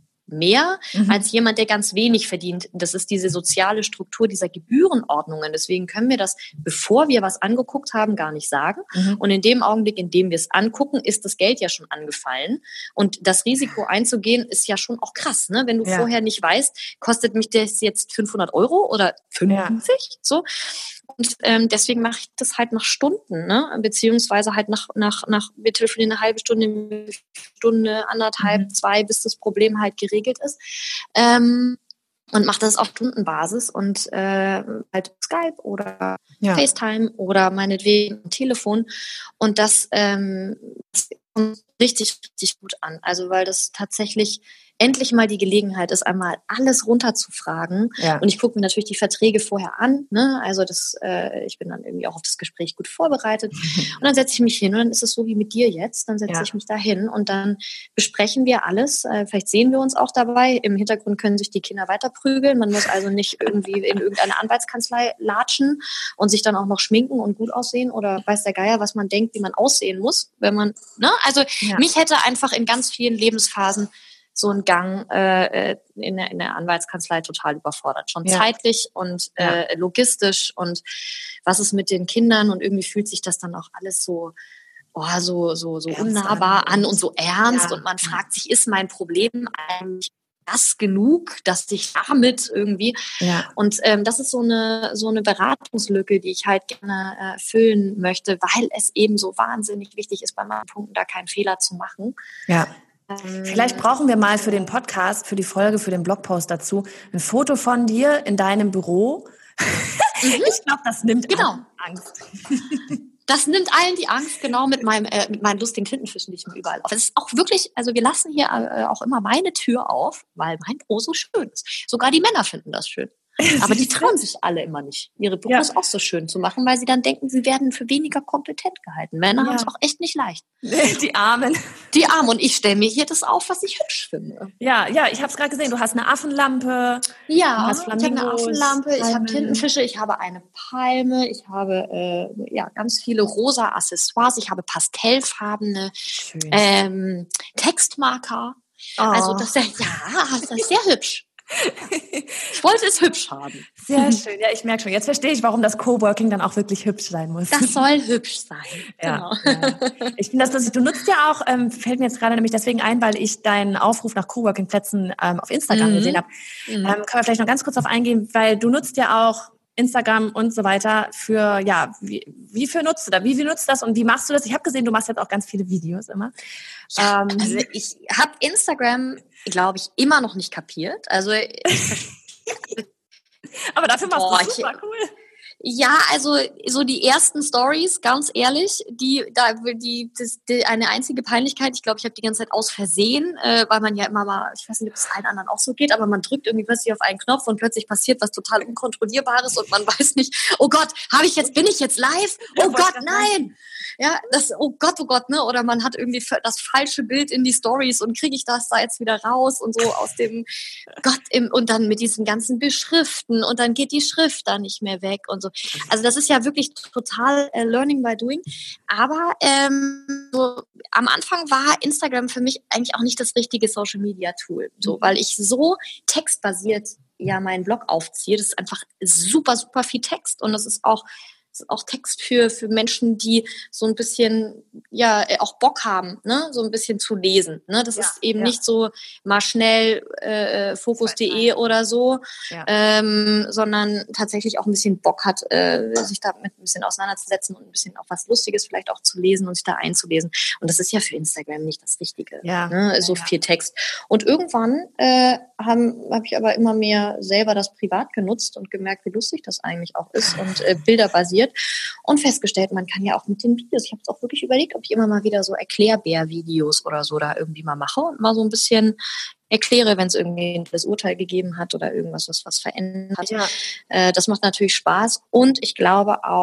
Speaker 3: mehr mhm. als jemand, der ganz wenig verdient. Das ist diese soziale Struktur dieser Gebührenordnungen. Deswegen können wir das, bevor wir was angeguckt haben, gar nicht sagen. Mhm. Und in dem Augenblick, in dem wir es angucken, ist das Geld ja schon angefallen. Und das Risiko einzugehen, ist ja schon auch krass, ne? Wenn du ja. vorher nicht weißt, kostet mich das jetzt fünfhundert Euro oder fünfzig? Ja. So. Und ähm, deswegen mache ich das halt nach Stunden, ne? Beziehungsweise halt nach, nach, nach, wir telefonieren eine halbe Stunde, eine Stunde, anderthalb, mhm. zwei, bis das Problem halt geregelt ist. Ähm, und mache das auf Stundenbasis und äh, halt Skype oder ja. FaceTime oder meinetwegen am Telefon. Und das, ähm, das kommt richtig, richtig gut an. Also weil das tatsächlich endlich mal die Gelegenheit ist, einmal alles runterzufragen. Ja. Und ich gucke mir natürlich die Verträge vorher an. Ne? Also das, äh, ich bin dann irgendwie auch auf das Gespräch gut vorbereitet. Und dann setze ich mich hin und dann ist es so wie mit dir jetzt. Dann setze ja. ich mich da hin und dann besprechen wir alles. Äh, vielleicht sehen wir uns auch dabei. Im Hintergrund können sich die Kinder weiter prügeln. Man muss also nicht irgendwie in irgendeine Anwaltskanzlei latschen und sich dann auch noch schminken und gut aussehen oder weiß der Geier, was man denkt, wie man aussehen muss, wenn man, ne? Also ja. mich hätte einfach in ganz vielen Lebensphasen so ein Gang äh, in, der, in der Anwaltskanzlei total überfordert. Schon ja. zeitlich und äh, ja. logistisch und was ist mit den Kindern und irgendwie fühlt sich das dann auch alles so oh, so, so, so unnahbar an und so ernst ja. und man fragt sich, ist mein Problem eigentlich das genug, dass ich damit irgendwie ja. und ähm, das ist so eine so eine Beratungslücke, die ich halt gerne äh, füllen möchte, weil es eben so wahnsinnig wichtig ist, bei manchen Punkten da keinen Fehler zu machen.
Speaker 1: Ja. Vielleicht brauchen wir mal für den Podcast, für die Folge, für den Blogpost dazu ein Foto von dir in deinem Büro.
Speaker 3: Mhm. Ich glaube, das nimmt genau. Angst. Das nimmt allen die Angst, genau mit meinem äh, mit meinen lustigen Tintenfischen, die ich mir überall auf. Es ist auch wirklich, also wir lassen hier äh, auch immer meine Tür auf, weil mein Büro so schön ist. Sogar die Männer finden das schön. Aber die trauen sich alle immer nicht, ihre Büros ja. auch so schön zu machen, weil sie dann denken, sie werden für weniger kompetent gehalten. Männer ja. haben es auch echt nicht leicht.
Speaker 1: Die Armen.
Speaker 3: Die Armen. Und ich stelle mir hier das auf, was ich hübsch finde.
Speaker 1: Ja, ja, ich habe es gerade gesehen. Du hast eine Affenlampe.
Speaker 3: Ja, ich habe eine Affenlampe, Palmen. Ich habe Tintenfische, ich habe eine Palme, ich habe äh, ja ganz viele rosa Accessoires, ich habe pastellfarbene ähm, Textmarker. Oh. Also das ist ja, das ist sehr hübsch. Ich wollte es hübsch haben.
Speaker 1: Sehr schön. Ja, ich merke schon. Jetzt verstehe ich, warum das Coworking dann auch wirklich hübsch sein muss.
Speaker 3: Das soll hübsch sein.
Speaker 1: Ja, genau. Ja. Ich finde das lustig. Du nutzt ja auch, ähm, fällt mir jetzt gerade nämlich deswegen ein, weil ich deinen Aufruf nach Coworking-Plätzen ähm, auf Instagram mhm. gesehen habe. Mhm. Ähm, können wir vielleicht noch ganz kurz auf eingehen, weil du nutzt ja auch Instagram und so weiter für, ja, wie, wie für nutzt du das? Wie, wie nutzt du das und wie machst du das? Ich habe gesehen, du machst jetzt auch ganz viele Videos immer.
Speaker 3: Ja, ähm, also ich habe Instagram, glaube ich, immer noch nicht kapiert. Also ich,
Speaker 1: aber dafür machst Boah, du super ich, cool.
Speaker 3: Ja, also so die ersten Stories, ganz ehrlich, die da die, das, die eine einzige Peinlichkeit. Ich glaube, ich habe die ganze Zeit aus Versehen, äh, weil man ja immer mal, ich weiß nicht, ob es allen anderen auch so geht, aber man drückt irgendwie plötzlich auf einen Knopf und plötzlich passiert was total unkontrollierbares und man weiß nicht, oh Gott, habe ich jetzt bin ich jetzt live? Oh Gott, nein! Ja, das, oh Gott, oh Gott, ne? Oder man hat irgendwie das falsche Bild in die Stories und kriege ich das da jetzt wieder raus und so aus dem Gott im, und dann mit diesen ganzen Beschriften und dann geht die Schrift da nicht mehr weg und so. Also das ist ja wirklich total äh, Learning by Doing. Aber ähm, so, am Anfang war Instagram für mich eigentlich auch nicht das richtige Social Media Tool, so, weil ich so textbasiert ja meinen Blog aufziehe. Das ist einfach super, super viel Text und das ist auch ist auch Text für für Menschen, die so ein bisschen ja auch Bock haben, ne, so ein bisschen zu lesen. Ne, das ja, ist eben ja. nicht so mal schnell äh, Fokus punkt de oder so, ja. ähm, sondern tatsächlich auch ein bisschen Bock hat, äh, sich damit ein bisschen auseinanderzusetzen und ein bisschen auch was Lustiges vielleicht auch zu lesen und sich da einzulesen. Und das ist ja für Instagram nicht das Richtige, ja. ne, so ja, viel Text. Und irgendwann äh, haben habe ich aber immer mehr selber das privat genutzt und gemerkt, wie lustig das eigentlich auch ist und äh, bilderbasiert. Und festgestellt, man kann ja auch mit den Videos, ich habe es auch wirklich überlegt, ob ich immer mal wieder so Erklärbär-Videos oder so da irgendwie mal mache und mal so ein bisschen erkläre, wenn es irgendwie das Urteil gegeben hat oder irgendwas, was was verändert hat. Ja. Äh, das macht natürlich Spaß und ich glaube auch,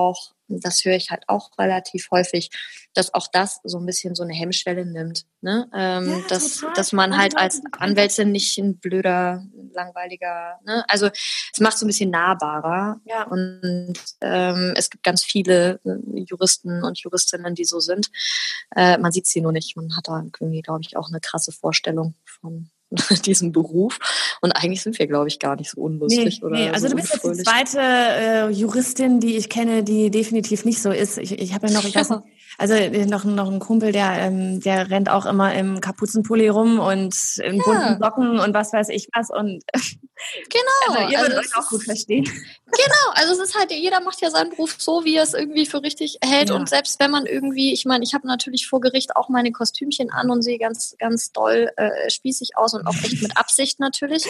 Speaker 3: das höre ich halt auch relativ häufig, dass auch das so ein bisschen so eine Hemmschwelle nimmt. Ne? Ähm,
Speaker 1: Ja,
Speaker 3: dass,
Speaker 1: total.
Speaker 3: dass man halt
Speaker 1: Manche
Speaker 3: als
Speaker 1: Leute, die können-
Speaker 3: Anwältin nicht ein blöder, langweiliger, ne? Also es macht so ein bisschen nahbarer.
Speaker 1: Ja.
Speaker 3: Und ähm, es gibt ganz viele äh, Juristen und Juristinnen, die so sind. Äh, man sieht sie nur nicht. Man hat da irgendwie, glaube ich, auch eine krasse Vorstellung von diesem Beruf. Und eigentlich sind wir, glaube ich, gar nicht so unlustig
Speaker 1: Nee,
Speaker 3: oder
Speaker 1: nee. Also
Speaker 3: so
Speaker 1: du bist jetzt die
Speaker 3: unfröhlich.
Speaker 1: zweite äh, Juristin, die ich kenne, die definitiv nicht so ist. Ich, ich habe ja noch, ich weiß nicht, also äh, noch, noch einen Kumpel, der, ähm, der rennt auch immer im Kapuzenpulli rum und in
Speaker 3: Ja.
Speaker 1: bunten Socken und was weiß ich was. Und
Speaker 3: Genau.
Speaker 1: also ihr
Speaker 3: Also
Speaker 1: würdet
Speaker 3: es
Speaker 1: euch auch
Speaker 3: ist-
Speaker 1: gut verstehen.
Speaker 3: Genau, also es ist halt, jeder macht ja seinen Beruf so, wie er es irgendwie für richtig hält.
Speaker 1: Ja.
Speaker 3: Und selbst wenn man irgendwie, ich meine, ich habe natürlich vor Gericht auch meine Kostümchen an und sehe ganz, ganz doll äh, spießig aus und auch echt mit Absicht natürlich.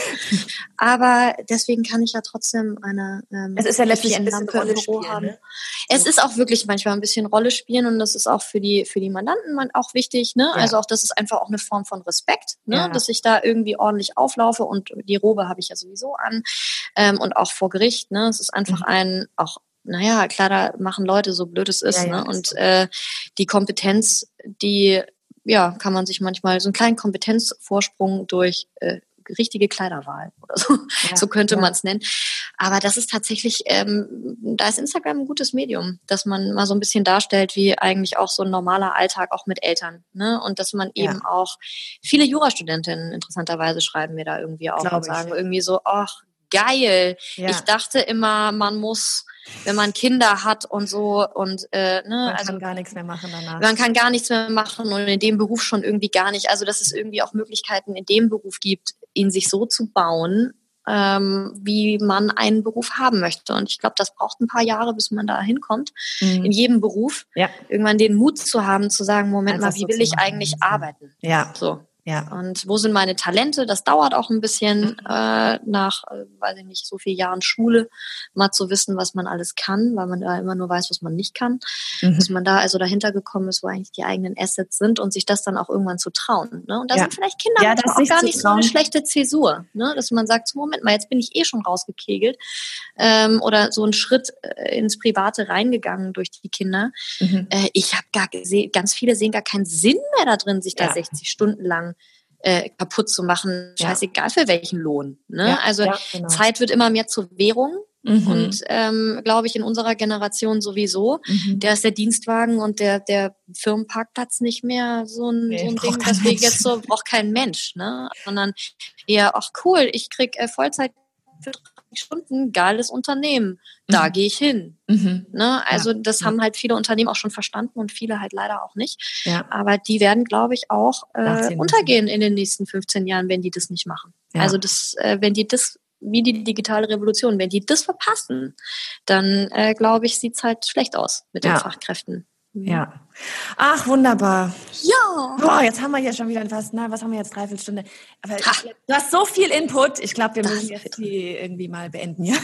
Speaker 3: Aber deswegen kann ich ja trotzdem eine ähm,
Speaker 1: Es ist ja letztlich ein
Speaker 3: Lampe
Speaker 1: bisschen
Speaker 3: im Büro
Speaker 1: Rolle
Speaker 3: haben.
Speaker 1: spielen, ne?
Speaker 3: Es ist auch wirklich manchmal ein bisschen Rolle spielen und das ist auch für die für die Mandanten auch wichtig. Ne?
Speaker 1: Ja.
Speaker 3: Also auch das ist einfach auch eine Form von Respekt, ne?
Speaker 1: Ja.
Speaker 3: Dass ich da irgendwie ordentlich auflaufe und die Robe habe ich ja sowieso an ähm, und auch vor Gericht. Ne? Es ist einfach
Speaker 1: Mhm.
Speaker 3: ein auch naja, klar, da machen Leute so blöd es ist,
Speaker 1: Ja, ja,
Speaker 3: ne?
Speaker 1: ist
Speaker 3: Und
Speaker 1: so.
Speaker 3: äh, die Kompetenz, die ja, kann man sich manchmal so einen kleinen Kompetenzvorsprung durch äh, richtige Kleiderwahl oder so,
Speaker 1: Ja,
Speaker 3: so könnte
Speaker 1: ja.
Speaker 3: man es nennen. Aber das ist tatsächlich, ähm, da ist Instagram ein gutes Medium, dass man mal so ein bisschen darstellt, wie eigentlich auch so ein normaler Alltag auch mit Eltern, ne? Und dass man
Speaker 1: Ja.
Speaker 3: eben auch, viele Jurastudentinnen interessanterweise schreiben mir da irgendwie auch
Speaker 1: Glaub
Speaker 3: und
Speaker 1: ich.
Speaker 3: sagen irgendwie so, ach, geil.
Speaker 1: Ja.
Speaker 3: Ich dachte immer, man muss, wenn man Kinder hat und so und äh, ne,
Speaker 1: Man
Speaker 3: also
Speaker 1: kann gar nichts mehr machen danach.
Speaker 3: man kann gar nichts mehr machen und in dem Beruf schon irgendwie gar nicht. Also dass es irgendwie auch Möglichkeiten in dem Beruf gibt, ihn sich so zu bauen, ähm, wie man einen Beruf haben möchte. Und ich glaube, das braucht ein paar Jahre, bis man da hinkommt.
Speaker 1: Mhm.
Speaker 3: In jedem Beruf
Speaker 1: Ja.
Speaker 3: irgendwann den Mut zu haben, zu sagen, Moment
Speaker 1: Einfach
Speaker 3: mal, wie
Speaker 1: so
Speaker 3: will
Speaker 1: zu
Speaker 3: ich
Speaker 1: machen.
Speaker 3: eigentlich arbeiten?
Speaker 1: Ja.
Speaker 3: So.
Speaker 1: Ja.
Speaker 3: Und wo sind meine Talente? Das dauert auch ein bisschen
Speaker 1: Mhm.
Speaker 3: äh, nach, äh, weiß ich nicht, so vielen Jahren Schule, mal zu wissen, was man alles kann, weil man da immer nur weiß, was man nicht kann.
Speaker 1: Mhm.
Speaker 3: Dass man da also dahinter gekommen ist, wo eigentlich die eigenen Assets sind und sich das dann auch irgendwann zu trauen. Ne? Und da
Speaker 1: Ja.
Speaker 3: sind vielleicht Kinder
Speaker 1: Ja,
Speaker 3: manchmal
Speaker 1: das
Speaker 3: auch
Speaker 1: sich
Speaker 3: gar
Speaker 1: zu
Speaker 3: nicht so eine
Speaker 1: trauen.
Speaker 3: schlechte Zäsur. Ne? Dass man sagt, so, Moment mal, jetzt bin ich eh schon rausgekegelt ähm, oder so einen Schritt äh, ins Private reingegangen durch die Kinder.
Speaker 1: Mhm.
Speaker 3: Äh, ich habe gar gesehen, ganz viele sehen gar keinen Sinn mehr da drin, sich da
Speaker 1: Ja.
Speaker 3: sechzig Stunden lang äh, kaputt zu machen,
Speaker 1: Ja.
Speaker 3: scheißegal für welchen Lohn. Ne?
Speaker 1: Ja,
Speaker 3: Also
Speaker 1: ja, genau.
Speaker 3: Zeit wird immer mehr zur Währung
Speaker 1: Mhm.
Speaker 3: und ähm, glaube ich in unserer Generation sowieso.
Speaker 1: Mhm.
Speaker 3: Der ist der Dienstwagen und der der Firmenparkplatz nicht mehr so ein,
Speaker 1: Nee,
Speaker 3: so ein
Speaker 1: braucht
Speaker 3: Ding,
Speaker 1: kein
Speaker 3: das wir
Speaker 1: Mensch.
Speaker 3: jetzt so braucht kein Mensch, ne? Sondern eher, ach cool, ich krieg äh, Vollzeit für dreißig Stunden, geiles Unternehmen, da
Speaker 1: Mhm.
Speaker 3: gehe ich hin.
Speaker 1: Mhm.
Speaker 3: Ne? Also
Speaker 1: Ja.
Speaker 3: das
Speaker 1: Ja.
Speaker 3: haben halt viele Unternehmen auch schon verstanden und viele halt leider auch nicht.
Speaker 1: Ja.
Speaker 3: Aber die werden, glaube ich, auch äh,
Speaker 1: Nachziehen müssen.
Speaker 3: untergehen in den nächsten fünfzehn Jahren, wenn die das nicht machen.
Speaker 1: Ja.
Speaker 3: Also das, äh, wenn die das, wie die digitale Revolution, wenn die das verpassen, dann äh, glaube ich, sieht's halt schlecht aus mit den
Speaker 1: Ja.
Speaker 3: Fachkräften. Mhm.
Speaker 1: Ja. Ach, wunderbar.
Speaker 3: Ja.
Speaker 1: Boah, jetzt haben wir hier schon wieder fast, na, was haben wir jetzt, dreiviertel Stunde? Aber
Speaker 3: Ha.
Speaker 1: du hast so viel Input. Ich glaube, wir
Speaker 3: Da
Speaker 1: müssen
Speaker 3: ist
Speaker 1: jetzt
Speaker 3: viel
Speaker 1: die irgendwie mal beenden, ja?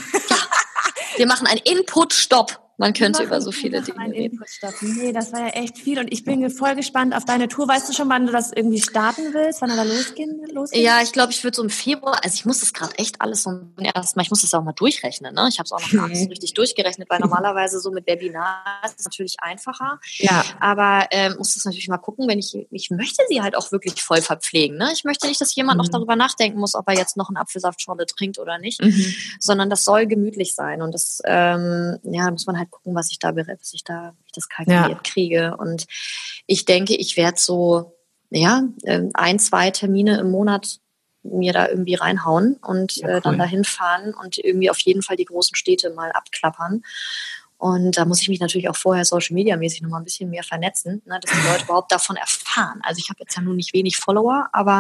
Speaker 3: Wir machen einen Input-Stopp. Man könnte
Speaker 1: Wir
Speaker 3: über
Speaker 1: machen-
Speaker 3: so viele
Speaker 1: wir machen
Speaker 3: Dinge
Speaker 1: einen
Speaker 3: reden.
Speaker 1: Input-Stopp. Nee, das war ja echt viel und ich bin voll gespannt auf deine Tour. Weißt du schon, wann du das irgendwie starten willst, wann er da losgehen, losgeht?
Speaker 3: Ja, ich glaube, ich würde so im Februar, also ich muss das gerade echt alles so erstmal, ich muss das auch mal durchrechnen, ne? Ich habe es auch noch gar nicht so richtig durchgerechnet, weil normalerweise so mit Webinar ist es natürlich einfacher.
Speaker 1: Ja.
Speaker 3: Aber ähm, muss das natürlich mal gucken, wenn ich, ich möchte sie halt auch wirklich voll verpflegen, ne? Ich möchte nicht, dass jemand
Speaker 1: Mhm.
Speaker 3: noch darüber nachdenken muss, ob er jetzt noch einen Apfelsaftschorle trinkt oder nicht,
Speaker 1: Mhm.
Speaker 3: sondern das soll gemütlich sein und das, ähm, ja, muss man halt gucken, was ich da, was ich da, wie ich das kalkuliert
Speaker 1: Ja.
Speaker 3: kriege und ich denke, ich werde so ja, ähm, ein, zwei Termine im Monat mir da irgendwie reinhauen und
Speaker 1: Ja,
Speaker 3: äh,
Speaker 1: cool.
Speaker 3: dann dahin fahren und irgendwie auf jeden Fall die großen Städte mal abklappern. Und da muss ich mich natürlich auch vorher Social-Media-mäßig noch mal ein bisschen mehr vernetzen, ne, dass die Leute überhaupt davon erfahren. Also ich habe jetzt ja nun nicht wenig Follower, aber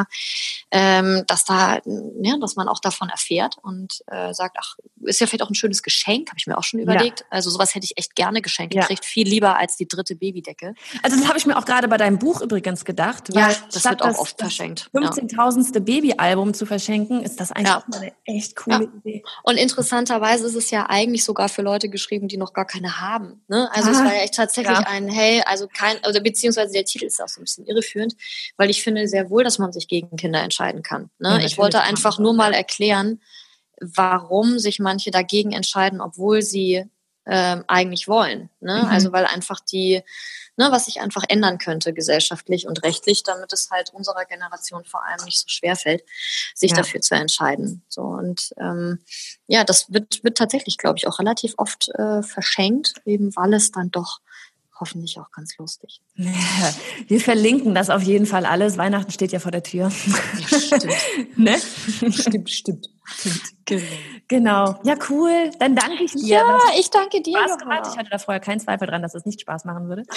Speaker 3: ähm, dass da, ja, dass man auch davon erfährt und äh, sagt, ach, ist ja vielleicht auch ein schönes Geschenk, habe ich mir auch schon überlegt. Ja. Also sowas hätte ich echt gerne geschenkt
Speaker 1: Ja.
Speaker 3: gekriegt, viel lieber als die dritte Babydecke.
Speaker 1: Also das habe ich mir auch gerade bei deinem Buch übrigens gedacht.
Speaker 3: Ja,
Speaker 1: weil
Speaker 3: das
Speaker 1: statt
Speaker 3: wird auch
Speaker 1: das-
Speaker 3: oft
Speaker 1: das
Speaker 3: verschenkt.
Speaker 1: fünfzehntausendste Babyalbum zu verschenken, ist das eigentlich
Speaker 3: Ja.
Speaker 1: auch mal eine echt coole
Speaker 3: Ja.
Speaker 1: Idee.
Speaker 3: Und interessanterweise ist es ja eigentlich sogar für Leute geschrieben, die noch gar keine haben. Ne? Also es
Speaker 1: Ah,
Speaker 3: war ja echt tatsächlich
Speaker 1: ja.
Speaker 3: ein, hey, also kein, also beziehungsweise der Titel ist auch so ein bisschen irreführend, weil ich finde sehr wohl, dass man sich gegen Kinder entscheiden kann. Ne?
Speaker 1: Ja,
Speaker 3: ich
Speaker 1: natürlich
Speaker 3: wollte
Speaker 1: kann man
Speaker 3: einfach
Speaker 1: das
Speaker 3: nur
Speaker 1: auch,
Speaker 3: mal
Speaker 1: ja.
Speaker 3: erklären, warum sich manche dagegen entscheiden, obwohl sie ähm, eigentlich wollen. Ne? Mhm. Also weil einfach die, ne, was sich einfach ändern könnte gesellschaftlich und rechtlich, damit es halt unserer Generation vor allem nicht so schwer fällt, sich ja. dafür zu entscheiden. So und ähm, ja, das wird wird tatsächlich, glaube ich, auch relativ oft äh, verschenkt, eben weil es dann doch hoffentlich auch ganz lustig.
Speaker 1: Ja, wir verlinken das auf jeden Fall alles. Weihnachten steht ja vor der Tür.
Speaker 3: Ja, stimmt.
Speaker 1: Ne?
Speaker 3: Stimmt, stimmt.
Speaker 1: Genau. Genau. Ja, cool. Dann danke ich dir.
Speaker 3: Ja, ich danke dir.
Speaker 1: Spaß gemacht. Ich hatte da vorher keinen Zweifel dran, dass es nicht Spaß machen würde.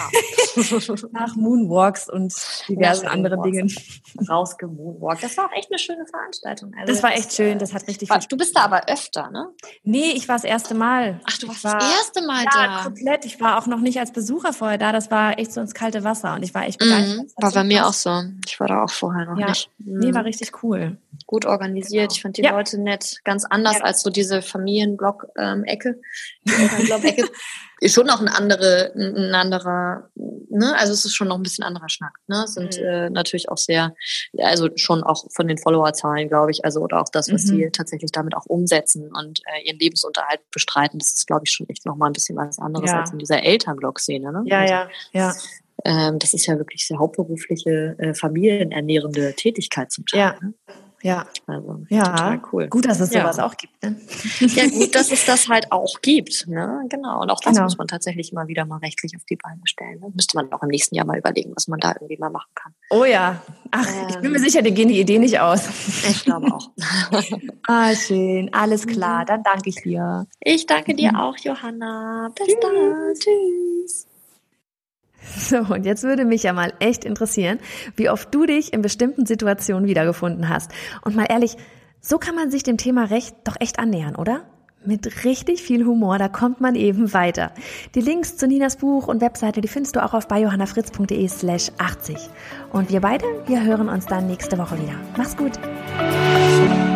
Speaker 1: Nach Moonwalks und diversen
Speaker 3: Nach
Speaker 1: anderen Dingen.
Speaker 3: Rausgemoonwalkt. Das war auch echt eine schöne Veranstaltung. Also
Speaker 1: das war echt schön. Das hat richtig
Speaker 3: war, Du bist da aber öfter, ne?
Speaker 1: Nee, ich war das erste Mal.
Speaker 3: Ach, du warst
Speaker 1: war,
Speaker 3: das erste Mal
Speaker 1: ja,
Speaker 3: da?
Speaker 1: Ja, komplett. Ich war auch noch nicht als Besucher vorher da. Das war echt so ins kalte Wasser und ich war echt begeistert.
Speaker 3: Mhm, war bei mir auch so. Ich war da auch vorher noch
Speaker 1: ja.
Speaker 3: nicht.
Speaker 1: Mhm. Nee, war richtig cool.
Speaker 3: Gut organisiert. Genau. Ich fand die ja. Leute nett. Ganz anders ja. als so diese Familienblock-Ecke. Ähm, Ecke. Ist schon noch ein, andere, ein anderer, ne? Also es ist schon noch ein bisschen anderer Schnack. Ne? Es sind mhm. äh, natürlich auch sehr, also schon auch von den Followerzahlen, glaube ich, also oder auch das, was mhm. die tatsächlich damit auch umsetzen und äh, ihren Lebensunterhalt bestreiten, das ist, glaube ich, schon echt nochmal ein bisschen was anderes ja. als in dieser Elternblog-Szene. Ne?
Speaker 1: Ja,
Speaker 3: also,
Speaker 1: ja, ja.
Speaker 3: Ähm, das ist ja wirklich sehr hauptberufliche, äh, familienernährende Tätigkeit zum Teil.
Speaker 1: Ja.
Speaker 3: Ne?
Speaker 1: Ja,
Speaker 3: also,
Speaker 1: ja,
Speaker 3: total cool.
Speaker 1: Gut, dass es sowas
Speaker 3: ja.
Speaker 1: auch gibt. Ne?
Speaker 3: Ja, gut, dass es das halt auch gibt. Ne? Genau. Und auch das
Speaker 1: genau.
Speaker 3: muss man tatsächlich immer wieder mal rechtlich auf die Beine stellen. Ne? Müsste man auch im nächsten Jahr mal überlegen, was man da irgendwie mal machen kann.
Speaker 1: Oh ja. Ach, ähm, ich bin mir sicher, dir gehen die Ideen nicht aus.
Speaker 3: Ich glaube auch.
Speaker 1: Ah, schön. Alles klar. Dann danke ich dir.
Speaker 3: Ich danke dir auch, Johanna. Bis Tschüss. dann. Tschüss.
Speaker 1: So, und jetzt würde mich ja mal echt interessieren, wie oft du dich in bestimmten Situationen wiedergefunden hast. Und mal ehrlich, so kann man sich dem Thema Recht doch echt annähern, oder? Mit richtig viel Humor, da kommt man eben weiter. Die Links zu Ninas Buch und Webseite, die findest du auch auf bei johanna fritz punkt de slash achtzig. Und wir beide, wir hören uns dann nächste Woche wieder. Mach's gut!